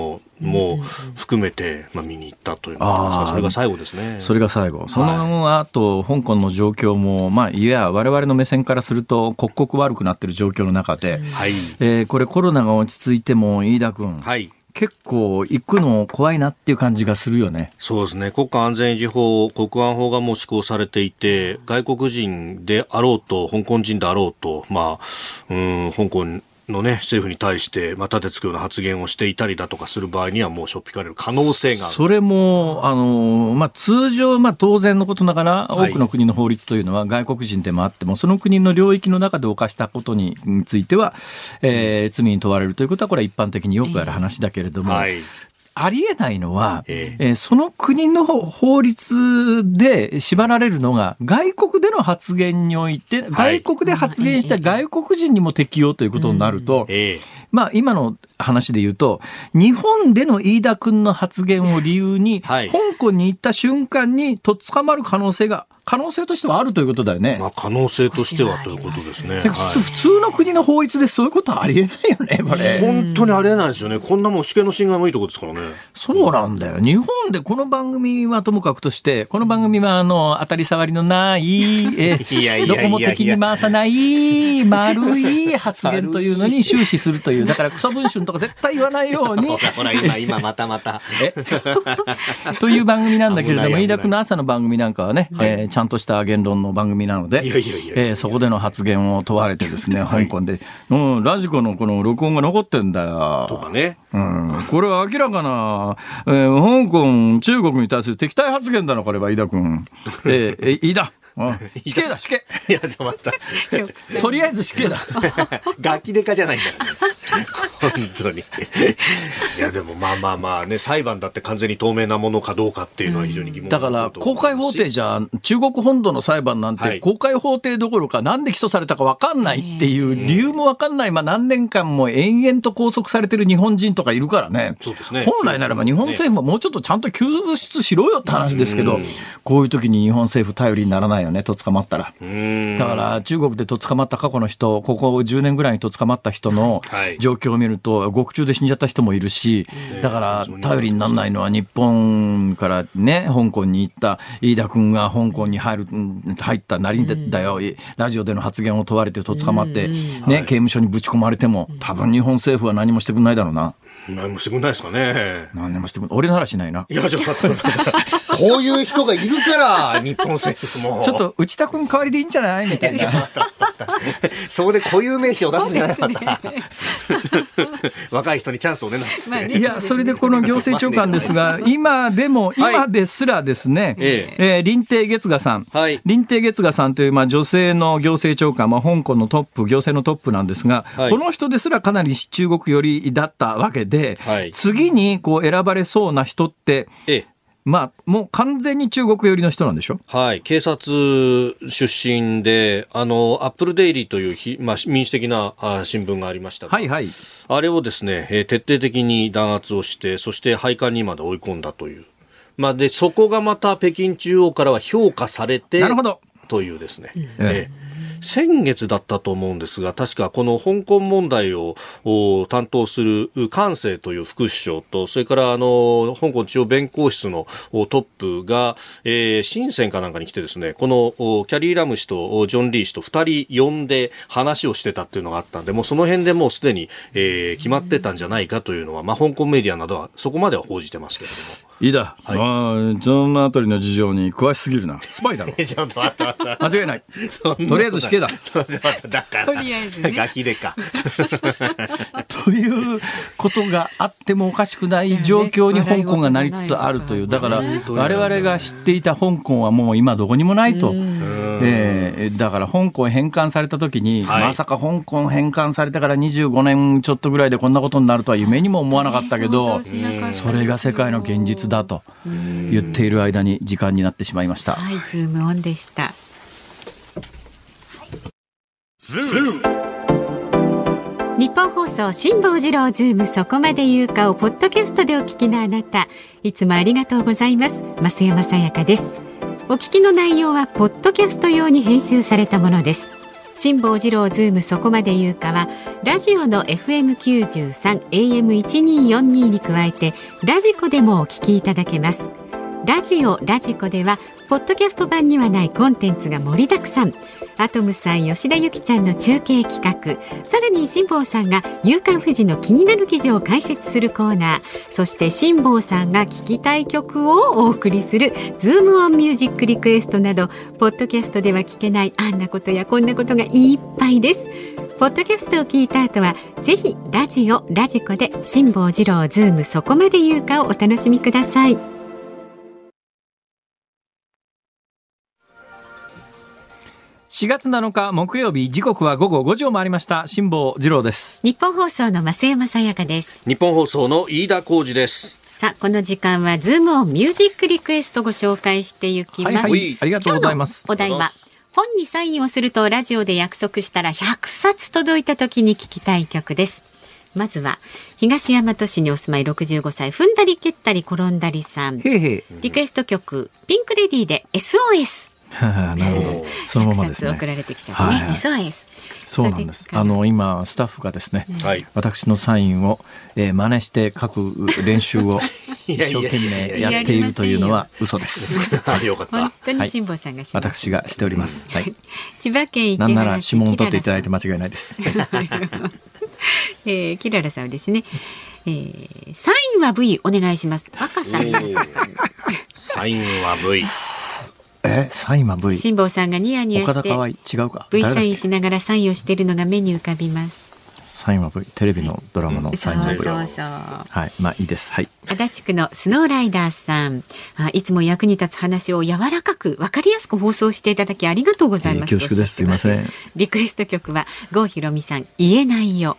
も含めて、見に行ったというのが、それが最後ですね。 それが最後。その後、香港の状況も、いや我々の目線からすると刻々悪くなっている状況の中で、これコロナが落ち着いても飯田君、結構行くの怖いなっていう感じがするよね。 そうですね。国家安全維持法、国安法がもう施行されていて、外国人であろうと香港人であろうと、香港のね、政府に対して、立てつくような発言をしていたりだとかする場合にはもうしょっぴかれる可能性がある。 それも通常、当然のことながら、多くの国の法律というのは外国人でもあってもその国の領域の中で犯したことについては、罪に問われるということはこれは一般的によくある話だけれども、ありえないのは、その国の法律で縛られるのが外国での発言において、外国で発言した外国人にも適用ということになると、今の話で言うと、日本での飯田君の発言を理由に、香港に行った瞬間にとっ捕まる可能性としてはあるということだよね。 可能性としてはということですね。 普通の国の法律でそういうことはありえないよね、これ。 本当にありえないですよね。こんなもん死刑の侵害もいいところですからね。 そうなんだよ。日本でこの番組はともかくとして、この番組は当たり障りのないどこも敵に回さない丸い発言というのに終始するという、だからクソ文春とか絶対言わないようにほら今またという番組なんだけれども、飯田君の朝の番組なんかはね、ちゃんとした言論の番組なので、そこでの発言を問われてですね、香港で、ラジコのこの録音が残ってんだよとかね、 これは明らかな、香港中国に対する敵対発言だな、これは飯田君。飯田死刑だ、死刑。 いや、ちょっと待った。 とりあえず死刑だ。 ガキデカじゃないんだよね。本当に。いや、でもね、裁判だって完全に透明なものかどうかっていうのは非常に疑問だから公開法廷じゃ中国本土の裁判なんて公開法廷どころかなんで起訴されたか分かんないっていう理由も分かんない、何年間も延々と拘束されてる日本人とかいるからね。 そうですね。 本来ならば日本政府ももうちょっとちゃんと救出しろよって話ですけど、こういう時に日本政府頼りにならないよね、と捕まったら。だから中国でと捕まった過去の人、ここ10年ぐらいにと捕まった人の状況を見ると、獄中で死んじゃった人もいるし、だから頼りにならないのは日本からね、香港に行った飯田君が香港に入ったなりだよ、ラジオでの発言を問われてと捕まって、刑務所にぶち込まれても、多分日本政府は何もしてくれないだろうな。 何もしてくれないですかね。 何もしてくれない。俺ならしないな。 いや、ちょっと待ってこういう人がいるから日本政府もちょっと内田君代わりでいいんじゃないみたいな。 そこで固有名詞を出すんじゃなかった。若い人にチャンスをねなんて。 いや、それでこの行政長官ですが、今ですらですね、林鄭月娥さん、林鄭月娥さんという女性の行政長官、香港のトップ、行政のトップなんですが、この人ですらかなり中国寄りだったわけで、次に選ばれそうな人って、もう完全に中国寄りの人なんでしょ。 警察出身で、アップルデイリーという民主的な新聞がありましたが、あれをですね、徹底的に弾圧をして、そして廃刊にまで追い込んだという。で、そこがまた北京中央からは評価されて、というですね。先月だったと思うんですが、確かこの香港問題を担当する韓正という副首相と、それから香港中央弁公室のトップが、深センかなんかに来てですね、このキャリー・ラム氏とジョン・リー氏と2人呼んで話をしてたっていうのがあったんで、もうその辺でもうすでに、決まってたんじゃないかというのは、香港メディアなどはそこまでは報じてますけれども。 いいだ、そのあたりの事情に詳しすぎるな。スパイだろ。 ちょっと待って。 間違いない。とりあえず死刑だ。 だからガキでか。 ということがあってもおかしくない状況に香港がなりつつあるという。だから我々が知っていた香港はもう今どこにもないと。だから香港返還された時に、まさか香港返還されてから25年ちょっとぐらいでこんなことになるとは夢にも思わなかったけど、それが世界の現実だと言っている間に時間になってしまいました。 ズームオンでした。日本放送辛坊治郎ズームそこまで言うかをポッドキャストでお聞きのあなた、いつもありがとうございます。増山さやかです。お聞きの内容はポッドキャスト用に編集されたものです。 辛坊治郎ズームそこまで言うかはラジオの FM93 AM1242 に加えてラジコでもお聞きいただけます。ラジオラジコではポッドキャスト版にはないコンテンツが盛りだくさん。アトムさん、吉田ゆきちゃんの中継企画、さらに辛坊さんが夕刊フジの気になる記事を解説するコーナー、そして辛坊さんが聴きたい曲をお送りするズームオンミュージックリクエストなど、ポッドキャストでは聞けないあんなことやこんなことがいっぱいです。ポッドキャストを聞いた後はぜひラジオラジコで辛坊治郎ズームそこまで言うかをお楽しみください。 4月7日木曜日、時刻は午後5時を回りました。辛坊治郎です。 日本放送の増山さやかです。 日本放送の飯田浩二です。 さあ、この時間はズームオンミュージックリクエストご紹介していきます。 はいはい、ありがとうございます。 お題は本にサインをするとラジオで約束したら100冊届いた時に聴きたい曲です。まずは東大和市にお住まい65歳踏んだり蹴ったり転んだりさん。リクエスト曲ピンクレディーで SOS。 なるほど、そのままですね。 100冊送られてきちゃってね、はいはい、SOS。 そうなんです。今スタッフがですね、私のサインを、真似して書く練習を一生懸命やっているというのは嘘です。 よかった。 本当に辛坊さんがします、 私がしております、はい、 千葉県市原市、 なんなら指紋を取っていただいて間違いないです。 キララさんはですね、サインは V お願いします。赤さん、 サインは V。 サインは V。 辛坊さんがニヤニヤして岡田河合、違うか、 V サインしながらサインをしているのが目に浮かびます。 サインは V、 テレビのドラマのサインは V。 そう、 はい、まあいいです。はい、 足立区のスノーライダーさん、いつも役に立つ話を柔らかく分かりやすく放送していただきありがとうございます。 恐縮です。すいません。 リクエスト曲は郷ひろみさん、言えないよ。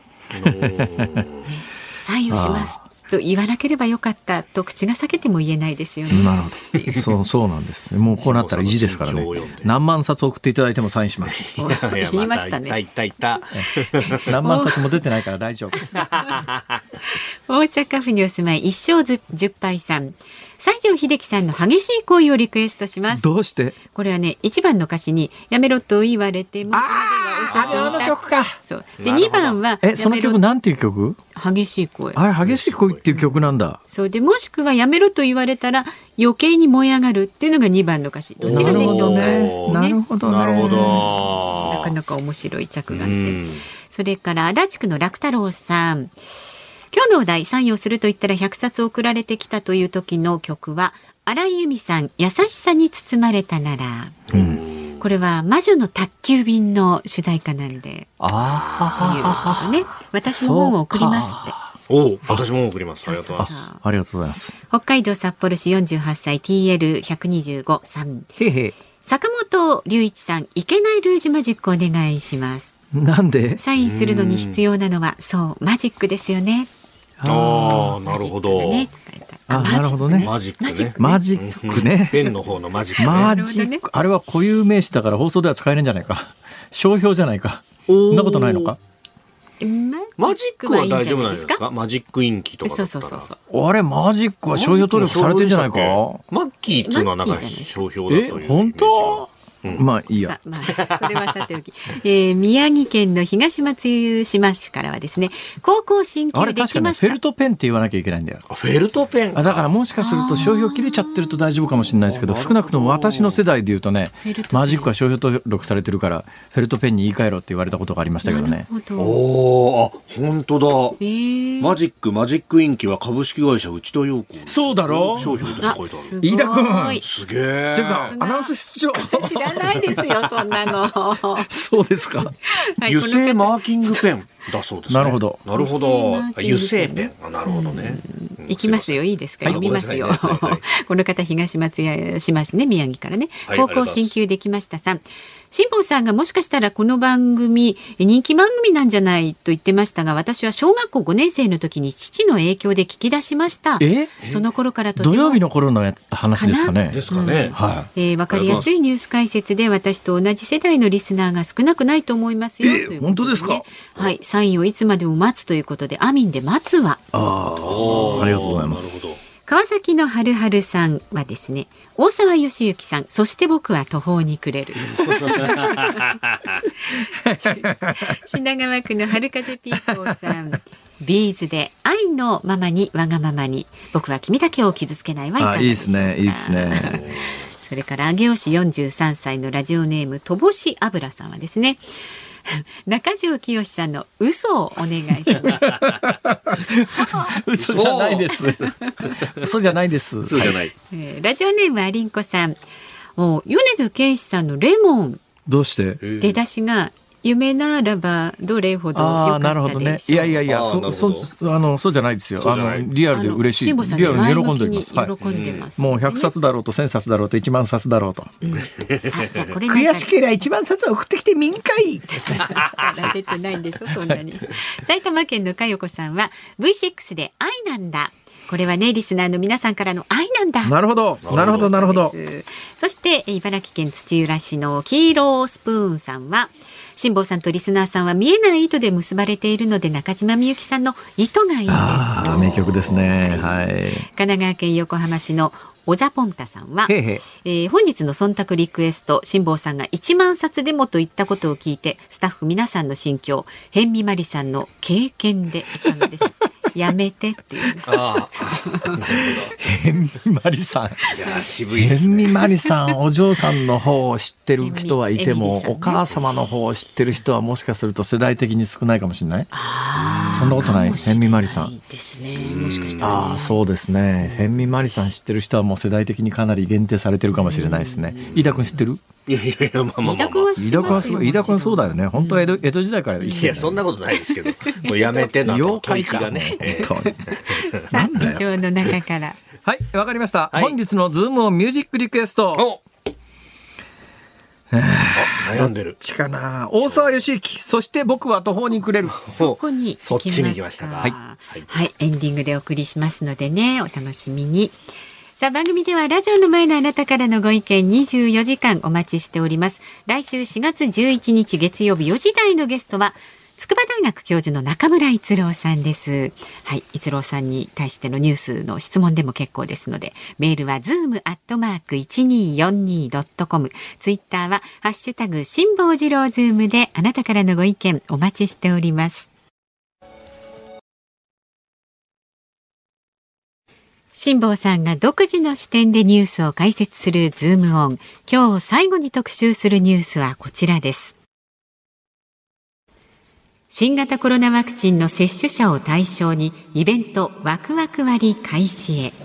サインをしますと言わなければよかったと口が裂けても言えないですよね。 なるほど。そうなんです。もうこうなったら意地ですからね。何万冊送っていただいてもサインします。 言いましたね。 何万冊も出てないから大丈夫。 大阪府にお住まい一生10杯さん、西城秀樹さんの激しい恋をリクエストします。 どうして？ これはね、1番の歌詞にやめろと言われてもあの曲か。 そうで、2番はその曲なんていう曲？ 激しい恋。 あれ激しい恋っていう曲なんだ。 そうで、もしくはやめろと言われたら余計に燃え上がるっていうのが2番の歌詞。どちらでしょうか。 なるほどね。 なかなか面白い着眼点。それから足立区の楽太郎さん、今日のお題、サインをすると言ったら100冊送られてきたという時の曲は荒井由実さん、優しさに包まれたなら。これは魔女の宅急便の主題歌なんで、っていうことね。私も本を送りますって。 私も送ります。ありがとうございます。 ありがとうございます。 北海道札幌市48歳 TL125 さん、坂本龍一さん、いけないルージュマジックお願いします。 なんで？ サインするのに必要なのはそうマジックですよね。 なるほど。 なるほどね。 マジックね。 マジックね。 ペンの方のマジックね。 マジック。あれは固有名詞だから放送では使えるんじゃないか。商標じゃないか。そんなことないのか。 マジックは大丈夫なんですか？マジックインキとかだったら。 そうあれマジックは商標登録されてんじゃないか。 マッキーっていうのはなんか商標だという。 本当？まあいいや。 それはさておき、宮城県の東松島市からはですね、高校進級できました。 フェルトペンって言わなきゃいけないんだよ。 フェルトペン。 だからもしかすると商標切れちゃってると大丈夫かもしれないですけど、少なくとも私の世代でいうとね、マジックは商標登録されてるからフェルトペンに言い換えろって言われたことがありましたけどね。 本当だ。マジックインキは株式会社内田陽子。 そうだろ。 商標です書いてある。 飯田君。 すげえ。 てかアナウンス室長。 知らないですよそんなの。 そうですか。 油性マーキングペンだそうですね。 なるほど。 油性ペン。なるほどね。 いきますよ。いいですか。読みますよ。この方東松島市ね、宮城からね、高校進級できましたさん。辛坊さんがもしかしたらこの番組人気番組なんじゃないと言ってましたが、私は小学校5年生の時に父の影響で聞き出しました。その頃からとても土曜日の頃の話ですかね。 わかりやすいニュース解説で私と同じ世代のリスナーが少なくないと思いますよ。 本当ですか。 はい、サインをいつまでも待つということで、アミンで待つは。 ありがとうございます。 川崎のはるはるさんはですね、大沢義行さん、そして僕は途方に暮れる。品川区の春風ピーポーさん、ビーズで愛のままにわがままに、僕は君だけを傷つけないはいかがでしょうか。 いいですね。 それから上尾市43歳のラジオネームとぼし油さんはですね、中条きよしさんの嘘をお願いします。 嘘じゃないです。嘘じゃないです。 嘘じゃない。 ラジオネームありんこさん、米津玄師さんのレモン。 どうして？ 出だしが夢ならばどれほど良かったでしょう。 なるほどね。いやそうじゃないですよ。リアルで嬉しい。リアルに喜んでます。 喜んでます。 もう100冊だろうと1000冊だろうと1万冊だろうと。 じゃあこれ悔しければ1万冊送ってきてみんかい。 出てないんでしょそんなに。埼玉県のかよこさんは V6 で愛なんだ。これはね、リスナーの皆さんからの愛なんだ。 なるほど。 そして茨城県土浦市の黄色スプーンさんは、辛坊さんとリスナーさんは見えない糸で結ばれているので、中島みゆきさんの糸がいいです。 名曲ですね。はい。 神奈川県横浜市の小ザポンタさんは、本日の忖度リクエスト、辛坊さんが1万冊でもと言ったことを聞いて、スタッフ皆さんの心境、辺見まりさんの経験でいかがでしょう。やめてっていう。 辺見まりさん。 いや渋いですね。 辺見まりさん、お嬢さんの方を知ってる人はいても、お母様の方を知ってる人はもしかすると世代的に少ないかもしれない。そんなことない。辺見まりさん。 ですね。もしかしたら。 そうですね。辺見まりさん知ってる人はもう世代的にかなり限定されてるかもしれないですね。飯田君知ってる？ いや飯田君そうだよね。本当は江戸時代からいやそんなことないですけど、もうやめてな。 妖怪がね。 さあ以上の中から。 はい、わかりました。本日のズームオンミュージックリクエスト。 悩んでる。 どっちかな。大沢義行、そして僕は途方に暮れる。 そこにそっちに行きましたか。 はい、エンディングでお送りしますのでね、お楽しみに。さあ番組ではラジオの前のあなたからのご意見24時間お待ちしております。来週4月11日月曜日4時台のゲストは筑波大学教授の中村逸郎さんです。はい、逸郎さんに対してのニュースの質問でも結構ですので、メールは zoom@1242.com、ツイッターはハッシュタグ辛坊治郎ズームであなたからのご意見お待ちしております。辛坊さんが独自の視点でニュースを解説するズームオン。今日最後に特集するニュースはこちらです。新型コロナワクチンの接種者を対象にイベントワクワク割開始へ。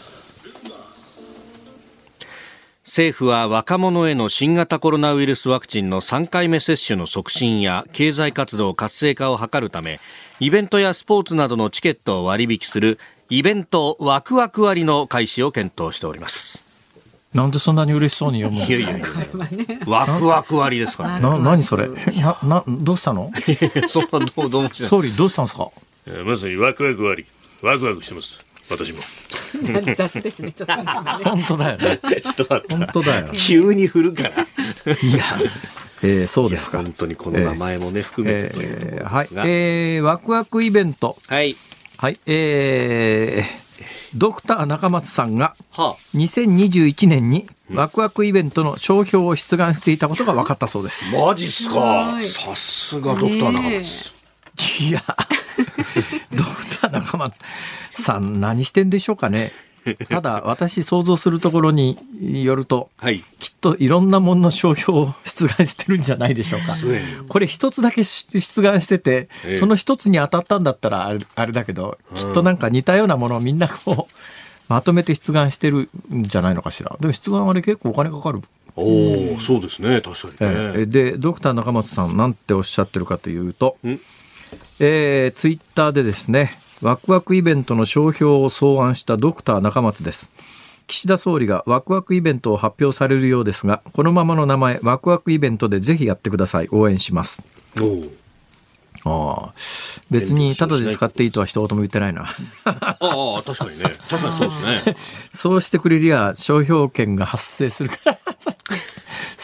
政府は若者への新型コロナウイルスワクチンの3回目接種の促進や経済活動活性化を図るため、イベントやスポーツなどのチケットを割引するイベントワクワク割の開始を検討しております。 なんでそんなに嬉しそうに読むの？ いやワクワク割ですから。 何それ？どうしたの？ そんなどうもしない。 総理どうしたんですか？ まさにワクワク割、ワクワクしてます。私も。 雑ですね。ちょっと本当だよね。 ちょっと待った。 本当だよ。 急に振るから。いや。そうですか。 本当にこの名前もね、含めてというところですが、 ワクワクイベント。 はい。 はい。ドクター中松さんが2021年にワクワクイベントの商標を出願していたことが分かったそうです。 マジっすか。さすがドクター中松。 いやドクター中松さん何してんでしょうかね。ただ私想像するところによると、きっといろんなものの商標を出願してるんじゃないでしょうか。これ一つだけ出願してて、その一つに当たったんだったらあれだけど、きっとなんか似たようなものをみんなこうまとめて出願してるんじゃないのかしら。でも出願あれ結構お金かかる。 そうですね、確かにね。 でドクター中松さんなんておっしゃってるかというと、ツイッターでですね、ワクワクイベントの商標を草案したドクター中松です。岸田総理がワクワクイベントを発表されるようですが、このままの名前ワクワクイベントでぜひやってください。応援します。別にただで使っていいとは一言も言ってないな。 確かにね。確かにそうですね。 そうしてくれりゃ商標権が発生するから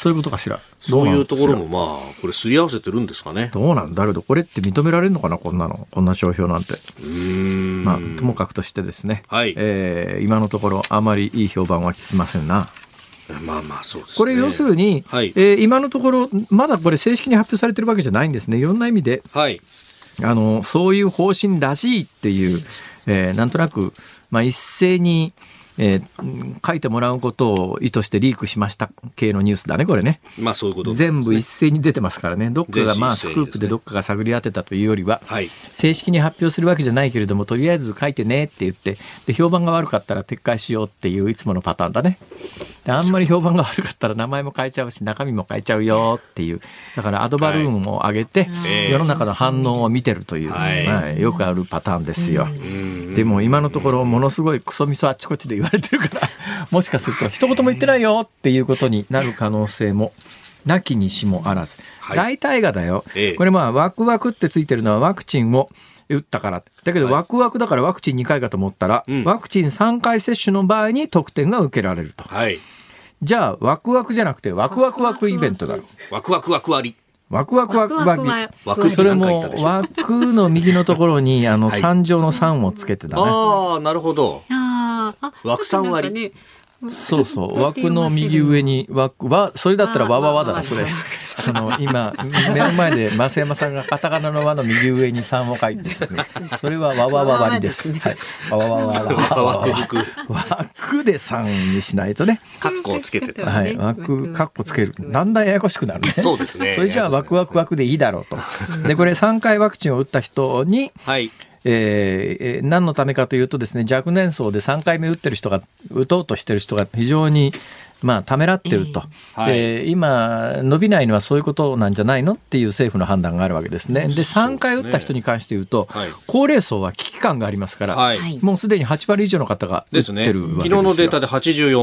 そういうことかしら。 そういうところもまあこれすり合わせてるんですかね。 どうなんだけど、これって認められるのかな、こんな商標なんて。まあ、ともかくとしてですね、 はい、 今のところあまりいい評判は聞きませんな。 まあまあそうですね。 これ要するに、はい、今のところまだこれ正式に発表されてるわけじゃないんですね。いろんな意味で、 はい、 そういう方針らしいっていう、なんとなく、まあ、一斉に書いてもらうことを意図してリークしました系のニュースだね、これね。 まあそういうことですね。 全部一斉に出てますからね。どっかがまあスクープでどっかが探り当てたというよりは、はい、正式に発表するわけじゃないけれども、とりあえず書いてねって言って、で評判が悪かったら撤回しようっていういつものパターンだね。であんまり評判が悪かったら名前も変えちゃうし中身も変えちゃうよっていう、だからアドバルーンを上げて、世の中の反応を見てるという、まあ、よくあるパターンですよ。でも今のところものすごいクソみそあっちこっちで言われてるからもしかすると一言も言ってないよっていうことになる可能性もなきにしもあらず、はい、大体がだよ、これまあワクワクってついてるのはワクチンを打ったからだけど、ワクワクだからワクチン2回かと思ったら、ワクチン3回接種の場合に特典が受けられると、はい、じゃあワクワクじゃなくてワクワクワクイベントだろ。 ワクワクワク割ワクワクワク割り、それも枠の右のところに3乗の3をつけてだね。 ああ、なるほど。枠3割。 そうそう、枠の右上に枠はそれだったらわわわだな。それ今目の前で増山さんがカタカナの輪の右上に3を書いてですね、それはわわわ割りです。はい、わわわわ枠で3にしないとね。 カッコをつけてて、 はい、枠カッコつける、だんだんややこしくなるね。 そうですね。 それじゃあワクワクワクでいいだろうと。でこれ3回ワクチンを打った人に、はい、何のためかというとですね、若年層で3回目打ってる人が打とうとしてる人が非常にまあためらってると、はい、今伸びないのはそういうことなんじゃないのっていう政府の判断があるわけですね。で3回打った人に関して言うと、はい、高齢層は危機感がありますから、はい、もうすでに8割以上の方が打ってるわけですよ。 昨日のデータで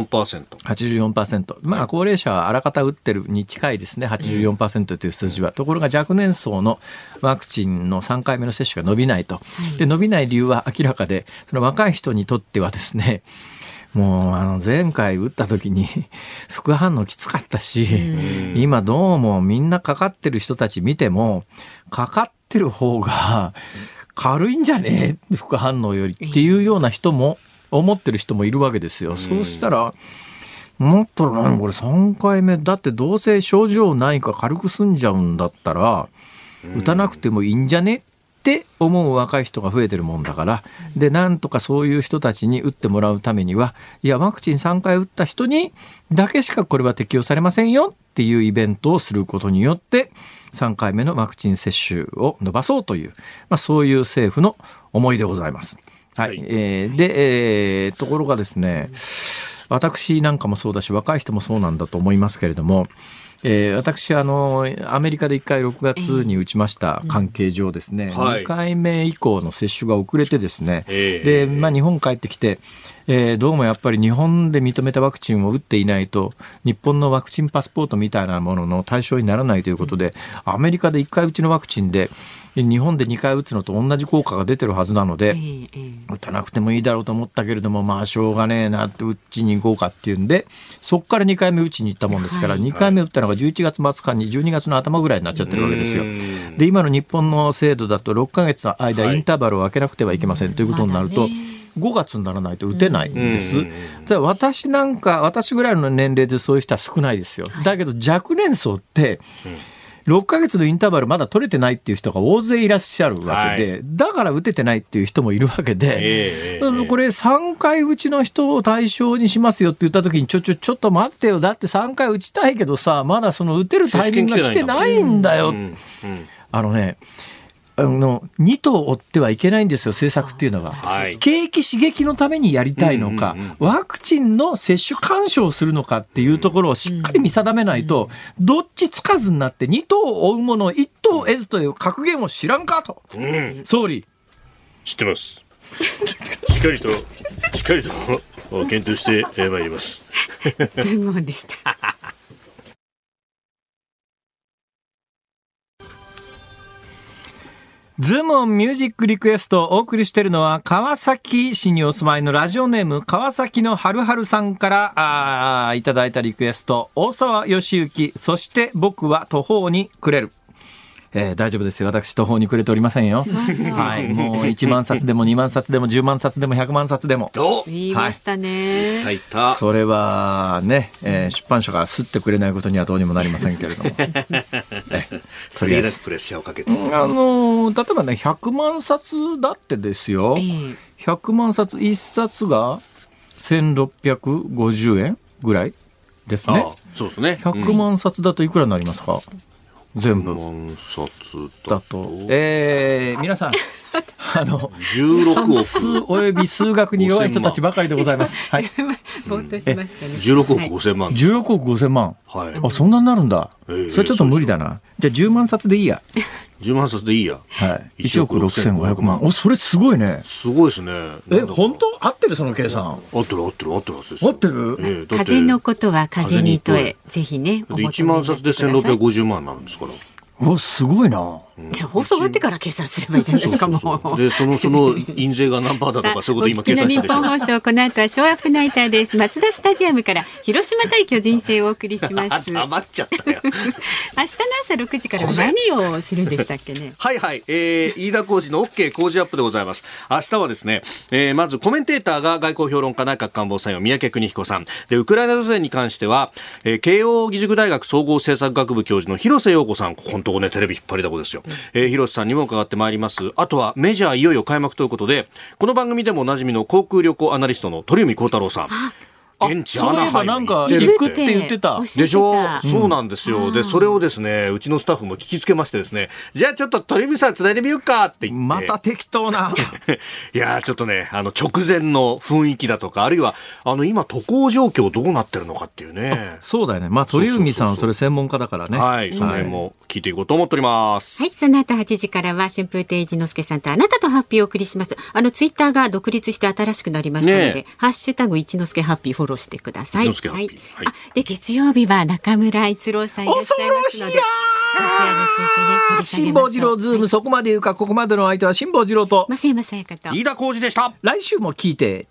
84%。 まあ高齢者はあらかた打ってるに近いですね、84% という数字は。ところが若年層のワクチンの3回目の接種が伸びないと。で伸びない理由は明らかで、その若い人にとってはですね、もう前回打った時に副反応きつかったし、今どうもみんなかかってる人たち見てもかかってる方が軽いんじゃねえ副反応よりっていうような人も思ってる人もいるわけですよ。そうしたらもっと何これ3回目だってどうせ症状ないか軽く済んじゃうんだったら打たなくてもいいんじゃねって思う若い人が増えてるもんだから、でなんとかそういう人たちに打ってもらうためには、いやワクチン3回打った人にだけしかこれは適用されませんよっていうイベントをすることによって3回目のワクチン接種を伸ばそうという、まあ、そういう政府の思いでございます。はい、で、ところがですね、私なんかもそうだし若い人もそうなんだと思いますけれども、私アメリカで1回6月に打ちました関係上ですね、2回目以降の接種が遅れてですね、で、まあ、日本帰ってきて、どうもやっぱり日本で認めたワクチンを打っていないと日本のワクチンパスポートみたいなものの対象にならないということで、アメリカで1回打ちのワクチンで日本で2回打つのと同じ効果が出てるはずなので、打たなくてもいいだろうと思ったけれども、まあしょうがねえなって打ちに行こうかっていうんで、そこから2回目打ちに行ったもんですから、2回目打ったのが11月末かに12月の頭ぐらいになっちゃってるわけですよ。で今の日本の制度だと6ヶ月の間インターバルを空けなくてはいけませんということになると、5月にならないと打てないんです。私ぐらいの年齢でそういう人は少ないですよ。だけど若年層って6ヶ月のインターバルまだ取れてないっていう人が大勢いらっしゃるわけで、だから打ててないっていう人もいるわけで、これ3回打ちの人を対象にしますよって言った時にちょっと待ってよ、だって3回打ちたいけどさ、まだその打てるタイミングが来てないんだよ。二頭を追ってはいけないんですよ、政策っていうのは。景気刺激のためにやりたいのか、ワクチンの接種干渉するのかっていうところをしっかり見定めないと、どっちつかずになって二頭を追うものを一頭を得ずという格言を知らんかと。総理知ってます。しっかりと検討してまいります。 ズームオンでした。 ズームオンミュージックリクエストをお送りしているのは川崎市にお住まいのラジオネーム川崎のはるはるさんからいただいたリクエスト、大沢義行、そして僕は途方に暮れる。大丈夫ですよ、私途方に暮れておりませんよ。はい、もう1万冊でも2万冊でも10万冊でも100万冊でも言いましたね、 はい、 それはね、出版社が吸ってくれないことにはどうにもなりませんけれどもそれだけプレッシャーをかけて、 例えばね100万冊だってですよ、100万冊1冊が1650円ぐらいですね。 そうですね。 100万冊だといくらになりますか、全部万冊だと。皆さん 16億算数および数学に弱い人たちばかりでございます。はい。 ぼーっとしましたね。 16億5000万。 16億5000万。 はい。 あ、そんなになるんだ。それちょっと無理だな。じゃあ10万冊でいいや。 10万冊でいいや。 はい。1億6500万。お、それすごいね。 すごいですね。 本当合ってるその計算。 合ってるはずです。 合ってる？ 風のことは風に問え。ぜひね。 1万冊で1650万になるんですから。 お、すごいな。 じゃあ放送終わってから計算すればいいじゃないですか。もうでその印税が何パーだとかそういうこと今計算してるでしょ。 日本放送、この後はショーアップナイターです。マツダスタジアムから広島対巨人戦をお送りします。 余っちゃったよ。 明日の朝6時から何をするんでしたっけね。 はいはい、飯田浩司の OK 工事アップでございます。明日はですね、まずコメンテーターが外交評論家内閣官房参与三宅邦彦さんで、ウクライナ情勢に関しては、慶応義塾大学総合政策学部教授の広瀬陽子さん、本当ねテレビ引っ張りだこですよ。広瀬さんにも伺ってまいります。あとはメジャーいよいよ開幕ということで、この番組でもおなじみの航空旅行アナリストの鳥海高太郎さん、現地アナハイムに行ってる行くって言ってたでしょ。そうなんですよ。でそれをですね、うちのスタッフも聞きつけましてですね、じゃあちょっと鳥海さんつないでみようかって言って、 また適当な。 いやちょっとね、直前の雰囲気だとか、あるいは今渡航状況どうなってるのかっていうね。 そうだよね。まあ鳥海さんそれ専門家だからね。 はい、その辺も聞いていこうと思っております。 はい、その後8時からは春風亭一之輔さんとあなたとハッピーをお送りします。ツイッターが独立して新しくなりましたので、ハッシュタグ一之輔ハッピーフォローしてください。はい、で月曜日は中村逸郎さんいらっしゃいますので、ロシアについてね、 辛坊治郎ズーム、そこまで言うか、ここまでの相手は辛坊治郎と増山さやかと飯田浩司でした。 来週も聞いて